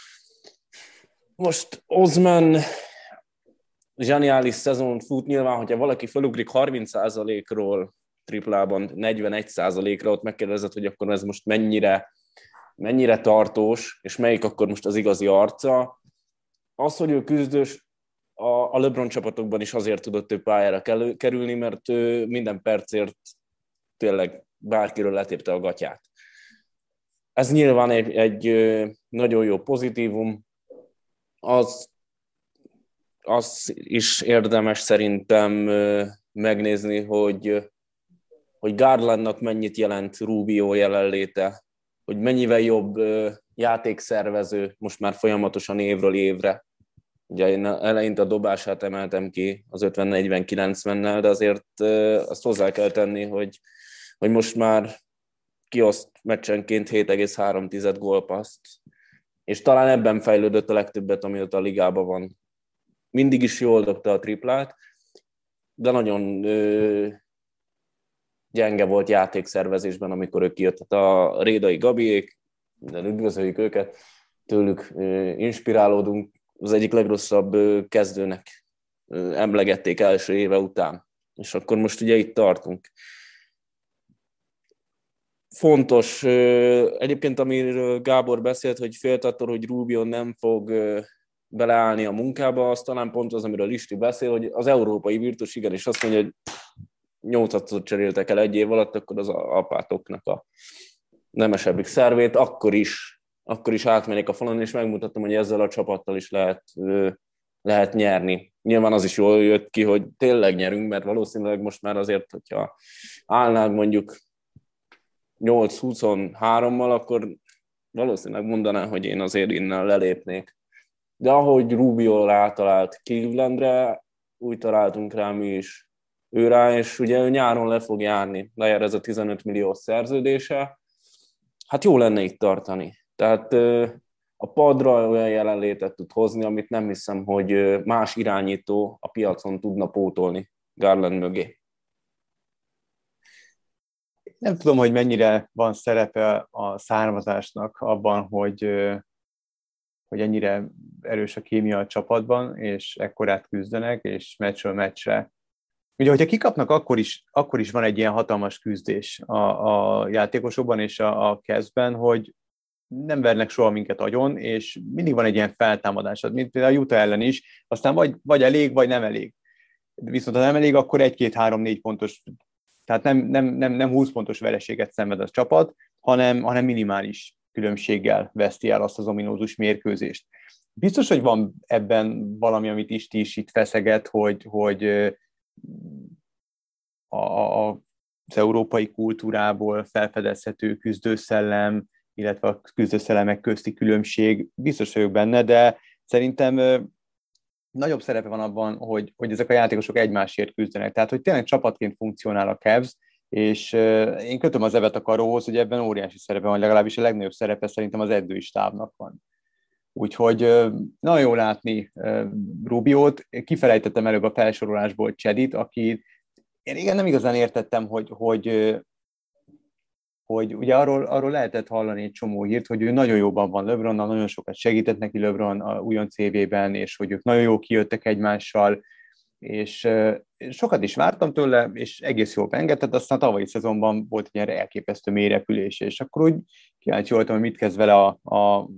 Most Osman zseniális szezon fut, nyilván, hogyha valaki felugrik harminc százalékról triplában negyvenegy százalékra, ott megkérdezed, hogy akkor ez most mennyire, mennyire tartós, és melyik akkor most az igazi arca. Az, hogy ő küzdős, a, a LeBron csapatokban is azért tudott ő pályára kerülni, mert ő minden percért tényleg bárkiről letépte a gatyát. Ez nyilván egy, egy nagyon jó pozitívum. Az Az is érdemes szerintem megnézni, hogy, hogy Garlandnak mennyit jelent Rubio jelenléte, hogy mennyivel jobb játékszervező, most már folyamatosan évről évre. Ugye én eleinte a dobását emeltem ki az ötven negyven kilencvennel, de azért azt hozzá kell tenni, hogy, hogy most már kioszt meccsenként hét egész három gólpasszt, és talán ebben fejlődött a legtöbbet, amióta a ligában van. Mindig is jól dobta a triplát, de nagyon ö, gyenge volt játékszervezésben, amikor ő kijött. Tehát a Rédai Gabiék, de üdvözöljük őket, tőlük inspirálódunk. Az egyik legrosszabb kezdőnek emlegették első éve után. És akkor most ugye itt tartunk. Fontos, egyébként amiről Gábor beszélt, hogy félt attól, hogy Rubio nem fog beleállni a munkába, az talán pont az, amiről Listi beszél, hogy az európai Virtus igenis azt mondja, hogy nyolcadszor cseréltek el egy év alatt, akkor az apátoknak a nemesebbik szervét, akkor is, akkor is átmenik a falon, és megmutatom, hogy ezzel a csapattal is lehet, lehet nyerni. Nyilván az is jól jött ki, hogy tényleg nyerünk, mert valószínűleg most már azért, hogyha állnánk mondjuk nyolc huszonhárommal, akkor valószínűleg mondaná, hogy én azért innen lelépnék. De ahogy Rubio rátalált Clevelandre, úgy találtunk rá mi is ő rá, és ugye ő nyáron le fog járni, lejár ez a tizenöt milliós szerződése. Hát jó lenne itt tartani. Tehát a padra olyan jelenlétet tud hozni, amit nem hiszem, hogy más irányító a piacon tudna pótolni Garland mögé.
Nem tudom, hogy mennyire van szerepe a származásnak abban, hogy, hogy ennyire erős a kémia a csapatban, és ekkorát küzdenek, és meccsről meccsre. Ugye, hogyha kikapnak, akkor is, akkor is van egy ilyen hatalmas küzdés a, a játékosokban és a, a Cavsben, hogy nem vernek soha minket agyon, és mindig van egy ilyen feltámadás, mint például a Utah ellen is, aztán vagy, vagy elég, vagy nem elég. Viszont ha nem elég, akkor egy-két-három-négy pontos, tehát nem, nem, nem, nem húsz pontos vereséget szenved a csapat, hanem, hanem minimális különbséggel veszti el azt az ominózus mérkőzést. Biztos, hogy van ebben valami, amit Isti is itt feszeget, hogy, hogy a, a, az európai kultúrából felfedezhető küzdőszellem, illetve a küzdőszellemek közti különbség, biztos vagyok benne, de szerintem nagyobb szerepe van abban, hogy, hogy ezek a játékosok egymásért küzdenek. Tehát, hogy tényleg csapatként funkcionál a Cavs, és én kötöm az evet a karóhoz, hogy ebben óriási szerepe van, legalábbis a legnagyobb szerepe szerintem az edzői stábnak van. Úgyhogy nagyon jó látni Rubiót. Kifelejtettem előbb a felsorolásból Chedit, aki én igen nem igazán értettem, hogy, hogy, hogy ugye arról, arról lehetett hallani egy csomó hírt, hogy ő nagyon jóban van LeBronnal, nagyon sokat segített neki LeBron a újon cé vében, és hogy ők nagyon jó kijöttek egymással, és sokat is vártam tőle, és egész jól beengedett, aztán a tavalyi szezonban volt egy ilyen elképesztő mélyrepülés, és akkor úgy kíváncsi voltam, hogy mit kezd vele a, a,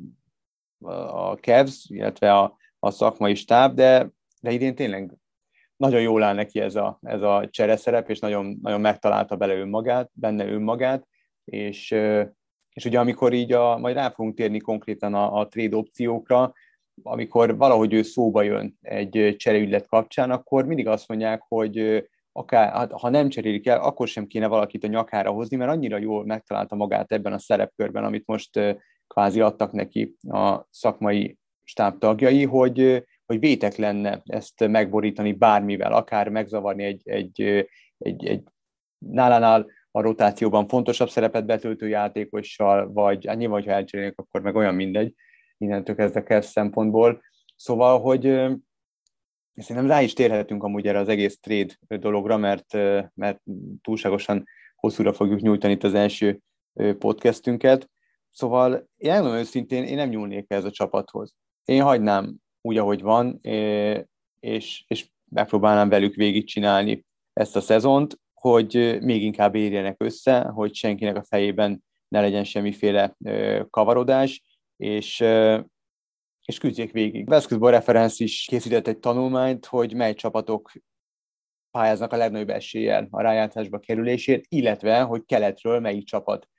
a Cavs, illetve a, a szakmai stáb, de, de idén tényleg nagyon jól áll neki ez a, ez a csereszerep, és nagyon, nagyon megtalálta bele önmagát, benne önmagát, és, és ugye amikor így, a, majd rá fogunk térni konkrétan a, a trade opciókra, amikor valahogy ő szóba jön egy csereügylet kapcsán, akkor mindig azt mondják, hogy akár, ha nem cserélik el, akkor sem kéne valakit a nyakára hozni, mert annyira jól megtalálta magát ebben a szerepkörben, amit most kvázi adtak neki a szakmai stáb tagjai, hogy, hogy vétek lenne ezt megborítani bármivel, akár megzavarni egy, egy, egy, egy nálánál a rotációban fontosabb szerepet betöltő játékossal, vagy hát nyilván, ha elcserélnek, akkor meg olyan mindegy, innentől kezdve ez szempontból. Szóval, hogy szerintem rá is térhetünk amúgy erre az egész trade dologra, mert, mert túlságosan hosszúra fogjuk nyújtani itt az első podcastünket. Szóval én elmondom őszintén, én nem nyúlnék ez a csapathoz. Én hagynám úgy, ahogy van, és, és megpróbálnám velük végigcsinálni ezt a szezont, hogy még inkább érjenek össze, hogy senkinek a fejében ne legyen semmiféle kavarodás, és, és küzdjék végig. Basketball Reference is készített egy tanulmányt, hogy mely csapatok pályáznak a legnagyobb eséllyel a rájátszásba kerülésért, illetve, hogy keletről melyik csapatnak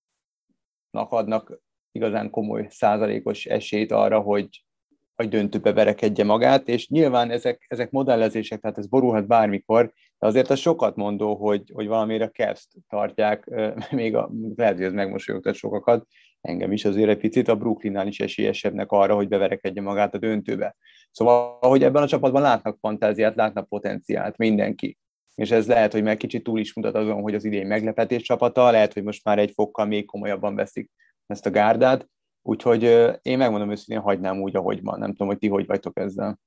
adnak igazán komoly százalékos esélyt arra, hogy, hogy döntőbe verekedje magát, és nyilván ezek, ezek modellezések, tehát ez borulhat bármikor, de azért az sokat mondó, hogy, hogy valamire a Cavs-t tartják, még a, lehet, hogy ez megmosolyogtat sokakat, engem is azért egy picit, a Brooklynnál is esélyesebbnek arra, hogy beverekedje magát a döntőbe. Szóval, hogy ebben a csapatban látnak fantáziát, látnak potenciált mindenki. És ez lehet, hogy meg kicsit túl is mutat azon, hogy az idén meglepetés csapata, lehet, hogy most már egy fokkal még komolyabban veszik ezt a gárdát, úgyhogy én megmondom őszintén, hagynám úgy, ahogy van. Nem tudom, hogy ti hogy vagytok ezzel.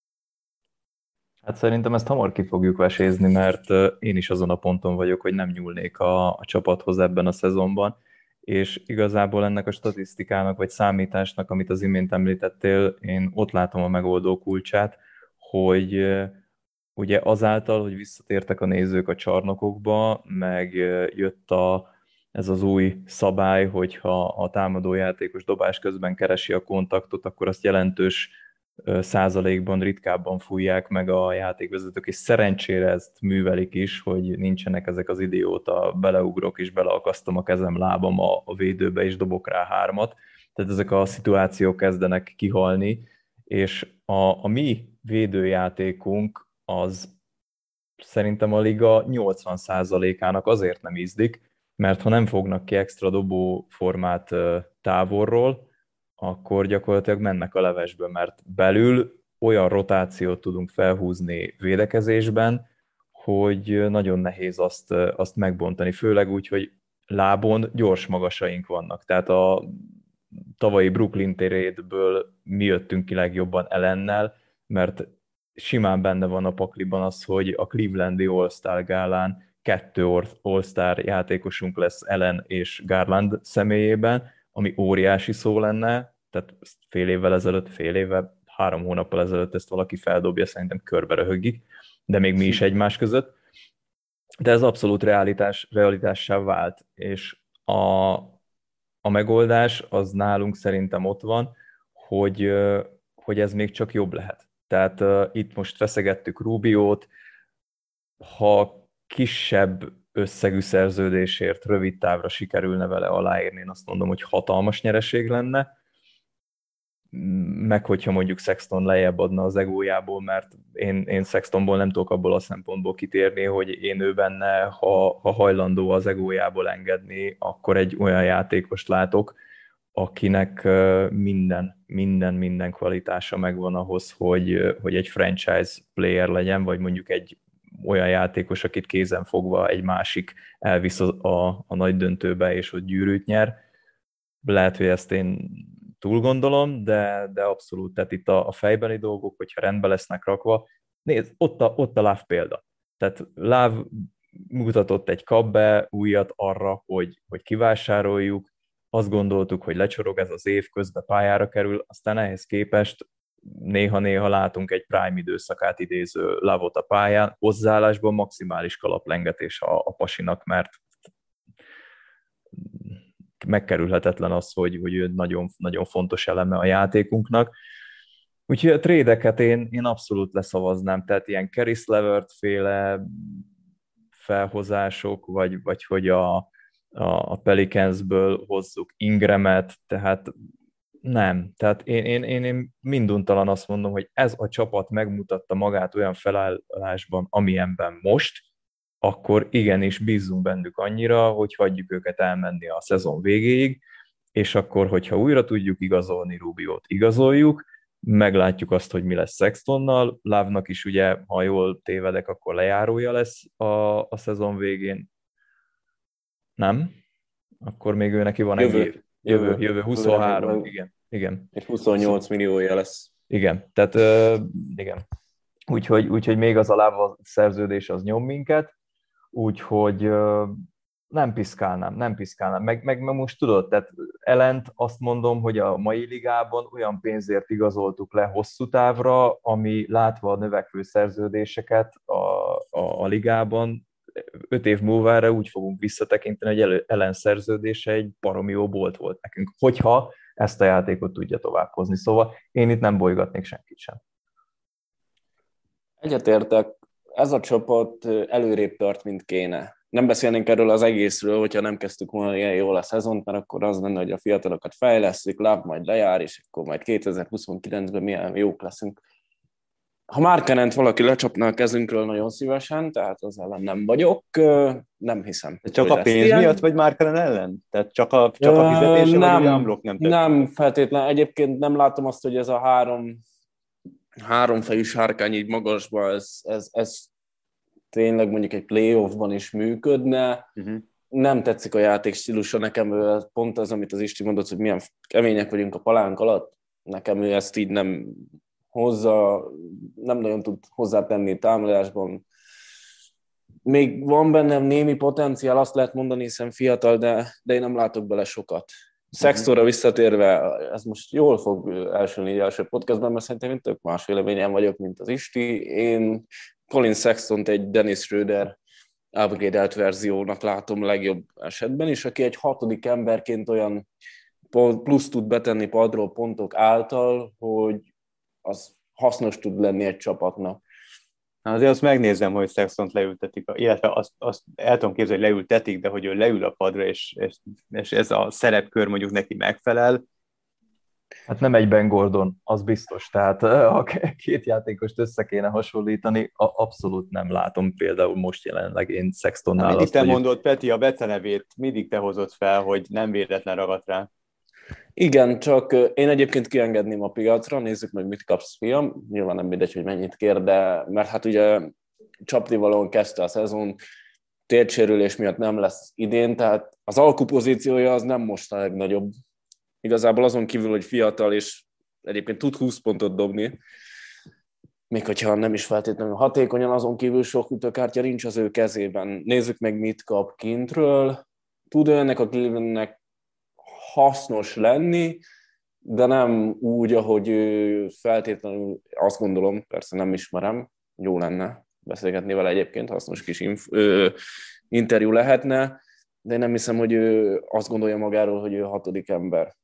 Hát szerintem ezt hamar ki fogjuk vesézni, mert én is azon a ponton vagyok, hogy nem nyúlnék a, a csapathoz ebben a szezonban. és igazából ennek a statisztikának, vagy számításnak, amit az imént említettél, én ott látom a megoldó kulcsát, hogy ugye azáltal, hogy visszatértek a nézők a csarnokokba, meg jött a, ez az új szabály, hogyha a támadójátékos dobás közben keresi a kontaktot, akkor azt jelentős százalékban ritkábban fújják meg a játékvezetők, és szerencsére ezt művelik is, hogy nincsenek ezek az idióta beleugrok és beleakasztom a kezem, lábam a, a védőbe, és dobok rá hármat. Tehát ezek a szituációk kezdenek kihalni, és a, a mi védőjátékunk az szerintem a liga nyolcvan százalékának azért nem ízlik, mert ha nem fognak ki extra dobó formát távolról, akkor gyakorlatilag mennek a levesbe, mert belül olyan rotációt tudunk felhúzni védekezésben, hogy nagyon nehéz azt, azt megbontani, főleg úgy, hogy lábon gyors magasaink vannak. Tehát a tavalyi Brooklyn Trade-ből mi jöttünk ki legjobban Allennel, mert simán benne van a pakliban az, hogy a Clevelandi All-Star gálán kettő All-Star játékosunk lesz Allen és Garland személyében, ami óriási szó lenne, tehát fél évvel ezelőtt, fél évvel, három hónappal ezelőtt ezt valaki feldobja, szerintem körbe röhögik, de még mi is egymás között. De ez abszolút realitás, realitássá vált, és a, a megoldás az nálunk szerintem ott van, hogy, hogy ez még csak jobb lehet. Tehát uh, itt most feszegettük Rubiót, ha kisebb összegű szerződésért rövid távra sikerülne vele aláírni, én azt mondom, hogy hatalmas nyereség lenne, meg hogyha mondjuk Sexton lejjebb adna az egójából, mert én, én Sextonból nem tudok abból a szempontból kitérni, hogy én ő benne, ha, ha hajlandó az egójából engedni, akkor egy olyan játékost látok, akinek minden, minden, minden kvalitása megvan ahhoz, hogy, hogy egy franchise player legyen, vagy mondjuk egy olyan játékos, akit kézen fogva egy másik elvisz a, a, a nagy döntőbe, és ott gyűrűt nyer. Lehet, hogy ezt én túl gondolom, de, de abszolút, tehát itt a, a fejbeli dolgok, hogyha rendbe lesznek rakva, nézd, ott a, ott a Láv példa. Tehát Láv mutatott egy kapbe újat arra, hogy, hogy kivásároljuk, azt gondoltuk, hogy lecsorog ez az év, közben pályára kerül, aztán ehhez képest néha-néha látunk egy prime időszakát idéző Lavot a pályán, hozzáállásban maximális kalaplengetés a, a pasinak, mert megkerülhetetlen az, hogy, hogy ő nagyon, nagyon fontos eleme a játékunknak. Úgyhogy a trédeket én, én abszolút leszavaznám, tehát ilyen Caris Levert féle felhozások, vagy, vagy hogy a, a Pelicansből hozzuk Ingramet, tehát nem. Tehát én, én, én, én minduntalan azt mondom, hogy ez a csapat megmutatta magát olyan felállásban, amilyenben most, akkor igenis bízzunk bennük annyira, hogy hagyjuk őket elmenni a szezon végéig, és akkor, hogyha újra tudjuk igazolni Rubiót, igazoljuk, meglátjuk azt, hogy mi lesz Sextonnal. Lávnak is ugye, ha jól tévedek, akkor lejárója lesz a, a szezon végén. Nem? Akkor még ő neki van
Jövő.
egy év. Jövő, jövő, jövő huszonhárom, jövő. igen. igen.
És huszonnyolc milliója lesz.
Igen, tehát uh, igen. Úgyhogy, úgyhogy még az a Láva szerződés az nyom minket, úgyhogy uh, nem piszkálnám, nem piszkálnám. Meg, meg, meg most tudod, tehát Allent azt mondom, hogy a mai ligában olyan pénzért igazoltuk le hosszú távra, ami látva a növekvő szerződéseket a, a, a ligában, öt év múlva erre úgy fogunk visszatekinteni, hogy Allen szerződése egy baromi jó bolt volt nekünk, hogyha ezt a játékot tudja továbbhozni. Szóval én itt nem bolygatnék senkit sem.
Egyetértek, ez a csapat előrébb tart, mint kéne. Nem beszélnénk erről az egészről, hogyha nem kezdtük volna ilyen jól a szezont, mert akkor az lenne, hogy a fiatalokat fejlesztjük, Láv majd lejár, és akkor majd kétezer-huszonkilencben milyen jók leszünk. Ha Markkanent valaki lecsapna a kezünkről nagyon szívesen, tehát az ellen nem vagyok, nem hiszem.
Csak a pénz ilyen... miatt, vagy Markkanen ellen? Tehát csak a, csak a fizetése,
nem,
vagy a Amblok nem tett?
Nem, feltétlenül. Egyébként nem látom azt, hogy ez a három, háromfejű sárkány így magasban, ez, ez, ez tényleg mondjuk egy playoffban is működne. Uh-huh. Nem tetszik a játékstílusa nekem, pont az, amit az Isti mondott, hogy milyen kemények vagyunk a palánk alatt. Nekem ő ezt így nem hozza, nem nagyon tud hozzátenni támadásban. még van bennem némi potenciál, azt lehet mondani, hiszen fiatal, de, de én nem látok bele sokat. Sextonra visszatérve, ez most jól fog elsülni így első podcastban, mert szerintem én tök más véleményen vagyok, mint az Isti. Én Colin Sextont egy Dennis Schröder upgrade-elt verziónak látom legjobb esetben, és aki egy hatodik emberként olyan plusz tud betenni padról pontok által, hogy az hasznos tud lenni egy csapatnak.
Azért azt megnézem, hogy Sextont leültetik, illetve azt, azt el tudom képzelni, hogy leültetik, de hogy ő leül a padra, és, és, és ez a szerepkör mondjuk neki megfelel.
Hát nem egy Ben Gordon, az biztos. Tehát ha két játékost össze kéne hasonlítani, abszolút nem látom például most jelenleg én Sextonnál.
Mindig
azt,
te
hogy...
mondod, Peti, a becenevét mindig te hozott fel, hogy nem véletlen ragadt rá.
Igen, csak én egyébként kiengedném a piacra, nézzük meg, mit kapsz, fiam. Nyilván nem mindegy, hogy mennyit kér, de mert hát ugye csapnivalóan kezdte a szezon, térsérülés miatt nem lesz idén, tehát az alkupozíciója az nem most a legnagyobb. Igazából azon kívül, hogy fiatal, és egyébként tud húsz pontot dobni, még hogyha nem is feltétlenül hatékonyan, azon kívül sok ütőkártya nincs az ő kezében. Nézzük meg, mit kap kintről. Tud ennek a Clevelandnek hasznos lenni, de nem úgy, ahogy ő feltétlenül, azt gondolom, persze nem ismerem, jó lenne beszélgetni vele egyébként, hasznos kis inf- ö, interjú lehetne, de én nem hiszem, hogy ő azt gondolja magáról, hogy ő hatodik ember.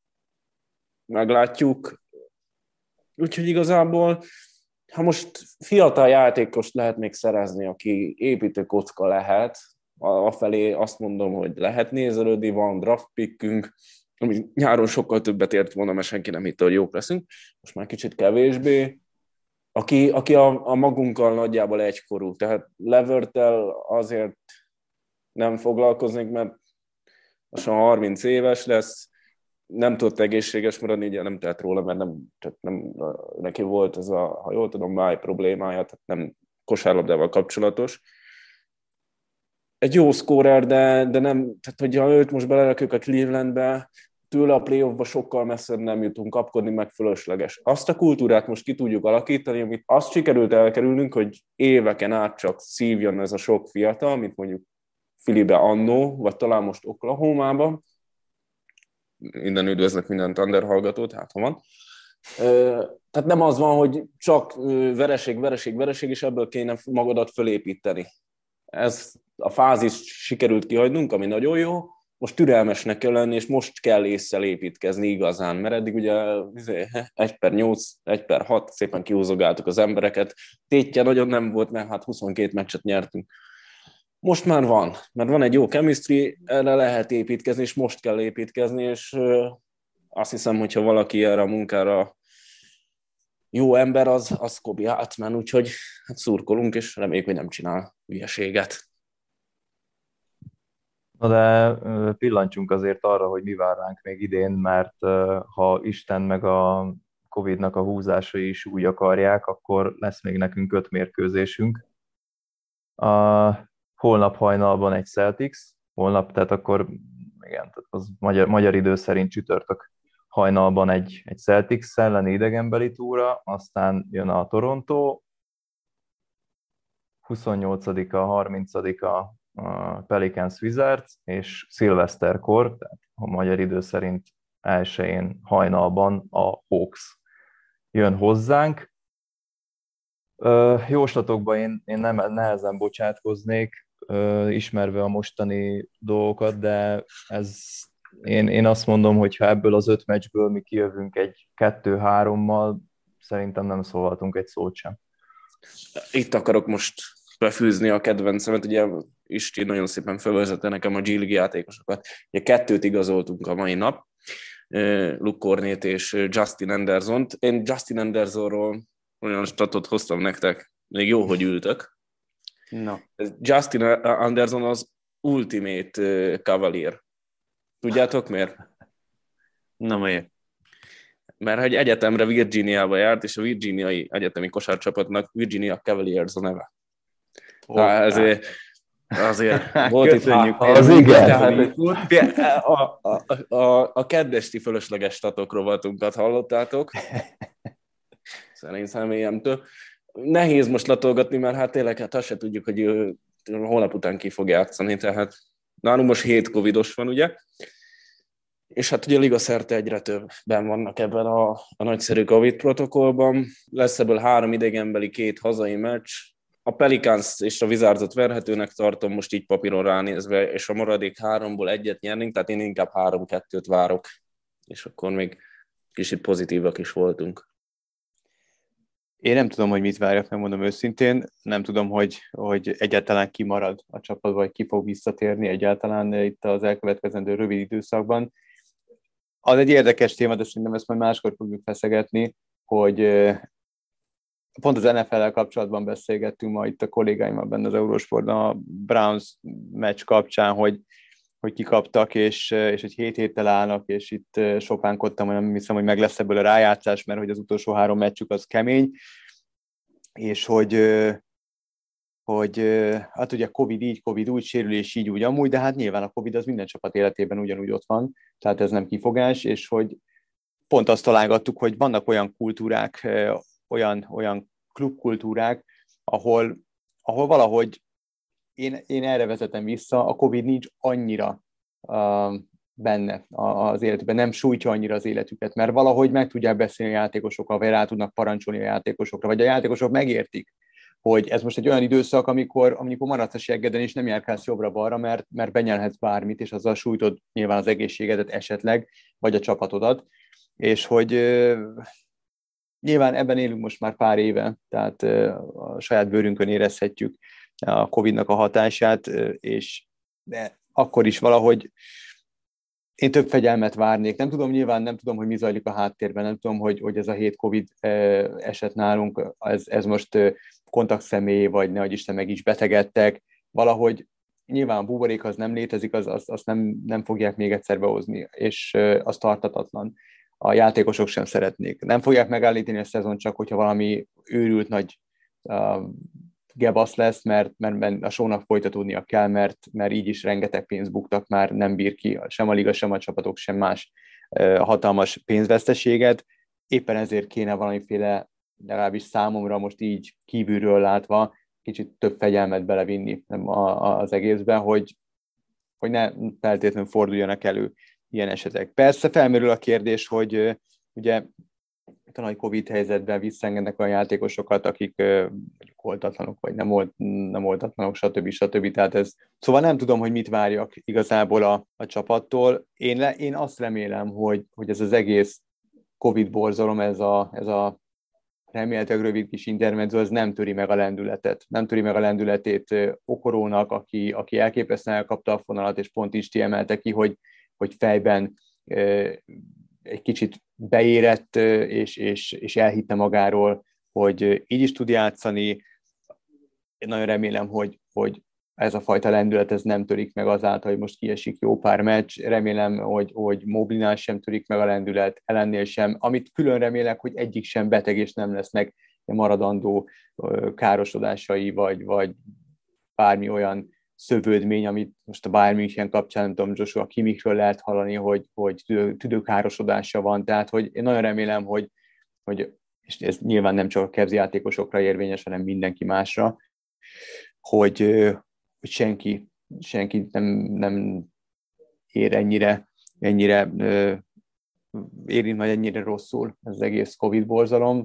Meglátjuk. Úgyhogy igazából, ha most fiatal játékost lehet még szerezni, aki építőkocka lehet, afelé azt mondom, hogy lehet nézelődni, van draft pickünk, ami nyáron sokkal többet ért volna, mert senki nem hitte, hogy jók leszünk, most már kicsit kevésbé. Aki, aki a, a magunkkal nagyjából egykorú, tehát Leverttel azért nem foglalkoznék, mert lassan harminc éves lesz, nem tudott egészséges maradni, ugye nem tehet róla, mert nem, tehát nem, neki volt ez a, ha jól tudom, máj problémája, tehát nem kosárlabdával kapcsolatos. Egy jó szkórer, de, de nem, tehát hogyha őt most belerakjuk a Clevelandbe, tőle a playoffba sokkal messzebb nem jutunk, kapkodni meg fölösleges. Azt a kultúrát most ki tudjuk alakítani, amit azt sikerült elkerülnünk, hogy éveken át csak szívjon ez a sok fiatal, mint mondjuk Phillybe annó, vagy talán most Oklahomában. Minden üdvözlök minden Thunder hallgatót, hát ha van. Tehát nem az van, hogy csak vereség, vereség, vereség, és ebből kéne magadat fölépíteni. Ez a fázis sikerült kihagynunk, ami nagyon jó. Most türelmesnek kell lenni, és most kell ésszel építkezni igazán, mert eddig ugye egy per nyolc, egy per hat szépen kihúzogáltuk az embereket. Tétje nagyon nem volt, mert hát huszonkét meccset nyertünk. Most már van, mert van egy jó chemistry, erre lehet építkezni, és most kell építkezni, és azt hiszem, hogyha valaki erre a munkára jó ember, az, az Kobe Hartman, úgyhogy hát szurkolunk, és reméljük, hogy nem csinál hülyeséget.
Na de pillancsunk azért arra, hogy mi vár ránk még idén, mert ha Isten meg a Covidnak a húzásai is úgy akarják, akkor lesz még nekünk öt mérkőzésünk. A holnap hajnalban egy Celtics, holnap, tehát akkor igen, tehát az magyar, magyar idő szerint csütörtök hajnalban egy, egy Celtics elleni idegenbeli túra, aztán jön a Toronto, huszonnyolcadika, harmincadika a Pelicans Wizards, és szilveszterkor, tehát a magyar idő szerint elsőjén hajnalban a Hawks jön hozzánk. Jóslatokban én, én nem nehezen bocsátkoznék, ismerve a mostani dolgokat, de ez, én, én azt mondom, hogy ha ebből az öt meccsből mi kijövünk egy kettő-hárommal, szerintem nem szólhatunk egy szót sem.
Itt akarok most befűzni a kedvencemet, ugye Isti nagyon szépen felvezette nekem a G League játékosokat. Ugye kettőt igazoltunk a mai nap, Luke Cornet és Justin Andersont. Én Justin Andersonról olyan statot hoztam nektek, még jó, hogy ültök.
No.
Justin Anderson az ultimate cavalier. Tudjátok miért?
Na miért?
Mert hogy egyetemre Virginiába járt, és a virginiai egyetemi kosárcsapatnak Virginia Cavaliers a neve.
Oh,
ezért, azért volt itt
köszönjük.
Az igen.
Tehát, a, a, a, a kedvesti fölösleges statok rovatunkat hallottátok. Szerint személyemtől. Nehéz most latolgatni, mert hát tényleg hát azt se tudjuk, hogy holnap után ki fog játszani, tehát nálunk most hét covidos van, ugye, és hát ugye liga szerte egyre többen vannak ebben a, a nagyszerű Covid protokollban. Lesz ebből három idegenbeli, két hazai meccs. A Pelicans és a Wizardsot verhetőnek tartom most így papíron ránézve, és a maradék háromból egyet nyernénk, tehát én inkább három-kettőt várok, és akkor még kicsit pozitívak is voltunk.
Én nem tudom, hogy mit várjak, megmondom őszintén. Nem tudom, hogy, hogy egyáltalán ki marad a csapat, vagy ki fog visszatérni egyáltalán itt az elkövetkezendő rövid időszakban. Az egy érdekes téma, de szerintem ezt majd máskor fogjuk feszegetni, hogy pont az en ef el-el kapcsolatban beszélgettünk ma itt a kollégáimmal benne az Eurosportban a Browns meccs kapcsán, hogy, hogy kikaptak, és, és egy hét héttel állnak, és itt sopánkodtam, hogy nem hiszem, hogy meg lesz ebből a rájátszás, mert hogy az utolsó három meccsük az kemény, és hogy, hogy hát ugye Covid így, Covid úgy, sérülés így, úgy amúgy, de hát nyilván a Covid az minden csapat életében ugyanúgy ott van, tehát ez nem kifogás, és hogy pont azt találgattuk, hogy vannak olyan kultúrák, olyan, olyan klubkultúrák, ahol, ahol valahogy én, én erre vezetem vissza, a Covid nincs annyira uh, benne az életükben, nem sújtja annyira az életüket, mert valahogy meg tudják beszélni a játékosokkal, vagy rá tudnak parancsolni a játékosokra, vagy a játékosok megértik, hogy ez most egy olyan időszak, amikor, amikor maradsz a seggeden, és nem járkálsz jobbra-balra, mert, mert benyelhetsz bármit, és azzal sújtod nyilván az egészségedet esetleg, vagy a csapatodat, és hogy uh, nyilván ebben élünk most már pár éve, tehát a saját bőrünkön érezhetjük a Covidnak a hatását, és de akkor is valahogy én több fegyelmet várnék. Nem tudom, nyilván nem tudom, hogy mi zajlik a háttérben, nem tudom, hogy, hogy ez a hét Covid eset nálunk, ez, ez most kontaktszemély, vagy nehogy Isten meg is betegedtek. Valahogy nyilván a buborék az nem létezik, az, az, azt nem, nem fogják még egyszer behozni, és az tartatatlan. A játékosok sem szeretnék. Nem fogják megállítani a szezon csak, hogyha valami őrült nagy uh, gebasz lesz, mert, mert a shownak folytatódnia kell, mert, mert így is rengeteg pénzt buktak, már nem bír ki sem a liga, sem a csapatok, sem más uh, hatalmas pénzveszteséget. Éppen ezért kéne valamiféle, legalábbis számomra most így kívülről látva, kicsit több fegyelmet belevinni az egészben, hogy, hogy ne feltétlenül forduljanak elő ilyen esetek. Persze felmerül a kérdés, hogy ugye a nagy Covid helyzetben visszaengednek olyan játékosokat, akik mondjuk oltatlanok, vagy nem, olt, nem oltatlanok, stb. stb. Tehát ez, szóval nem tudom, hogy mit várjak igazából a, a csapattól. Én, le, én azt remélem, hogy, hogy ez az egész Covid borzalom, ez a, ez a remélhetőleg rövid kis intermezzo, ez nem töri meg a lendületet. Nem töri meg a lendületét Okorónak, aki, aki elképesztően elkapta a fonalat, és pont is emelte ki, hogy hogy fejben egy kicsit beérett, és, és, és elhitte magáról, hogy így is tud játszani. Én nagyon remélem, hogy, hogy ez a fajta lendület ez nem törik meg azáltal, hogy most kiesik jó pár meccs. Remélem, hogy, hogy Moblinál sem törik meg a lendület, Ellennél sem. Amit külön remélek, hogy egyik sem beteg, és nem lesznek maradandó károsodásai, vagy, vagy bármi olyan szövődmény, amit most a Bayern München kapcsán, nem tudom, Joshua Kimmichről lehet hallani, hogy, hogy tüdőkárosodása van, tehát hogy én nagyon remélem, hogy, hogy és ez nyilván nem csak a Cavs játékosokra érvényes, hanem mindenki másra, hogy, hogy senki, senki nem, nem ér ennyire, ennyire érint majd ennyire rosszul ez az egész Covid borzalom.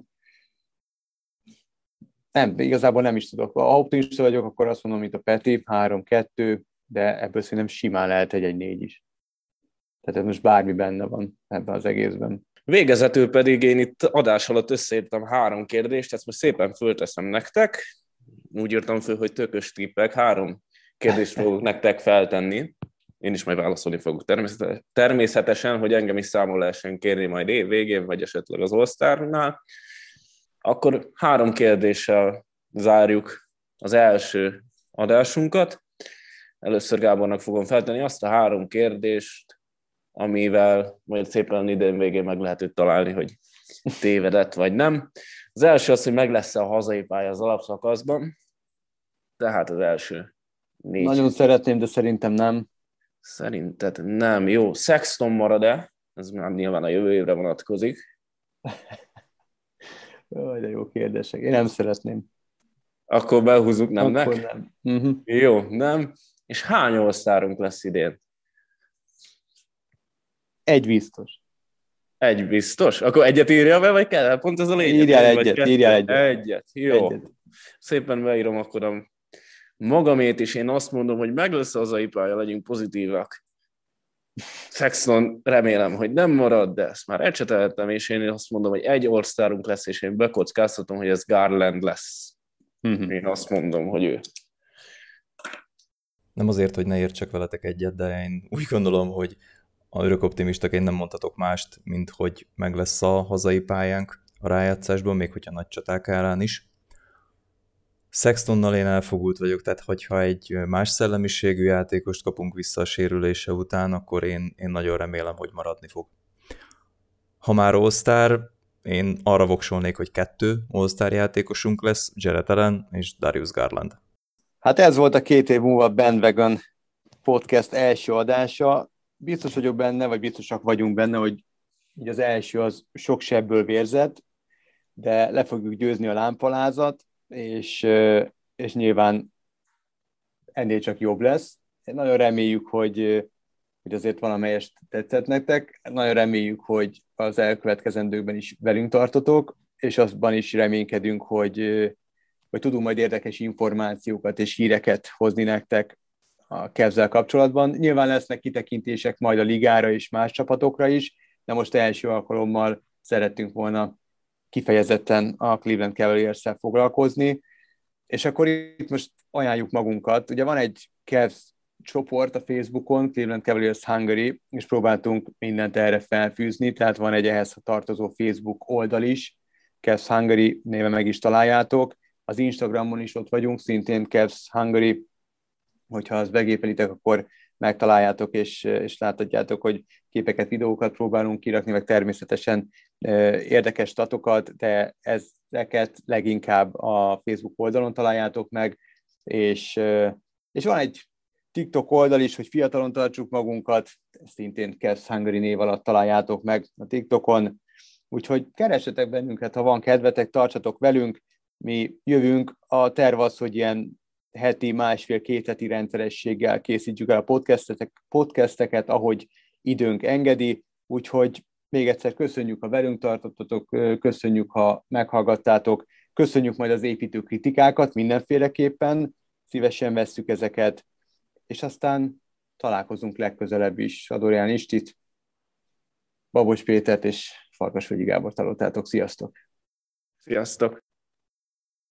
Nem, igazából nem is tudok. Ha optimista vagyok, akkor azt mondom, mint a Peti, három-kettő, de ebből szerintem simán lehet egy-egy négy is. Tehát ez most bármi benne van ebben az egészben.
Végezetül pedig én itt adás alatt összeírtam három kérdést, ezt most szépen fölteszem nektek. Úgy írtam föl, hogy tökös tippek, három kérdést fogok nektek feltenni. Én is majd válaszolni fogok természetesen, hogy engem is számol lehessen kérni majd év végén, vagy esetleg az All-Starnál. Akkor három kérdéssel zárjuk az első adásunkat. Először Gábornak fogom feltenni azt a három kérdést, amivel majd szépen idén végén meg lehet őt találni, hogy tévedett vagy nem. Az első az, hogy meg lesz-e a hazai pálya az alapszakaszban. Tehát az első négy.
Nagyon szeretném, de szerintem nem.
Szerinted nem. Jó. Sexton marad-e? Ez már nyilván a jövő évre vonatkozik.
Jaj, de jó kérdések. Én nem szeretném.
Akkor behúzzuk nemnek?
Akkor nem. Uh-huh.
Jó, nem. És hány all-starunk lesz idén?
Egy biztos.
Egy biztos? Akkor egyet írja be, vagy kell? Pont ez a lényeg.
Írjál
egy,
egyet,
vagy
írjál egyet.
Egyet, jó.
Egyet.
Szépen beírom akkor a magamét is. Én azt mondom, hogy meg lesz az hazai pálya, legyünk pozitívak. Sexton remélem, hogy nem marad, de ezt már ecseteltem, és én azt mondom, hogy egy all-starunk lesz, és én bekockáztatom, hogy ez Garland lesz. Uh-huh. Én azt mondom, hogy ő.
Nem azért, hogy ne értsek veletek egyet, de én úgy gondolom, hogy a örök optimistaként nem mondhatok mást, mint hogy meg lesz a hazai pályánk a rájátszásban, még hogyha nagy csaták árán is. Sextonnal én elfogult vagyok, tehát hogyha egy más szellemiségű játékost kapunk vissza a sérülése után, akkor én, én nagyon remélem, hogy maradni fog. Ha már All-Star, én arra voksolnék, hogy kettő All-Star játékosunk lesz, Jarrett Allen és Darius Garland.
Hát ez volt a két év múlva Bandwagon podcast első adása. Biztos vagyok benne, vagy biztosak vagyunk benne, hogy így az első az sok sebből vérzett, de le fogjuk győzni a lámpalázat, és, és nyilván ennél csak jobb lesz. Nagyon reméljük, hogy, hogy azért valamelyest tetszett nektek. Nagyon reméljük, hogy az elkövetkezendőkben is velünk tartotok, és azban is reménykedünk, hogy, hogy tudunk majd érdekes információkat és híreket hozni nektek a Cavs-zel kapcsolatban. Nyilván lesznek kitekintések majd a ligára és más csapatokra is, de most első alkalommal szerettünk volna kifejezetten a Cleveland Cavaliers-szel foglalkozni, és akkor itt most ajánljuk magunkat. Ugye van egy Cavs csoport a Facebookon, Cleveland Cavaliers Hungary, és próbáltunk mindent erre felfűzni, tehát van egy ehhez tartozó Facebook oldal is, Cavs Hungary néven meg is találjátok. Az Instagramon is ott vagyunk, szintén Cavs Hungary, hogyha azt begépelitek, akkor megtaláljátok, és, és láthatjátok, hogy képeket, videókat próbálunk kirakni, meg természetesen érdekes statokat, de ezeket leginkább a Facebook oldalon találjátok meg, és, és van egy TikTok oldal is, hogy fiatalon tartsuk magunkat, szintén Cavs Hungary név alatt találjátok meg a TikTokon, úgyhogy keressetek bennünket, ha van kedvetek, tartsatok velünk, mi jövünk, a terv az, hogy ilyen heti, másfél-két heti rendszerességgel készítjük el a podcastek, podcasteket, ahogy időnk engedi, úgyhogy még egyszer köszönjük, ha velünk tartottatok, köszönjük, ha meghallgattátok, köszönjük majd az építő kritikákat mindenféleképpen, szívesen vesszük ezeket, és aztán találkozunk legközelebb is. Adorján Istit, Babos Pétert és Farkasvölgyi Gábort hallottátok. Sziasztok!
Sziasztok!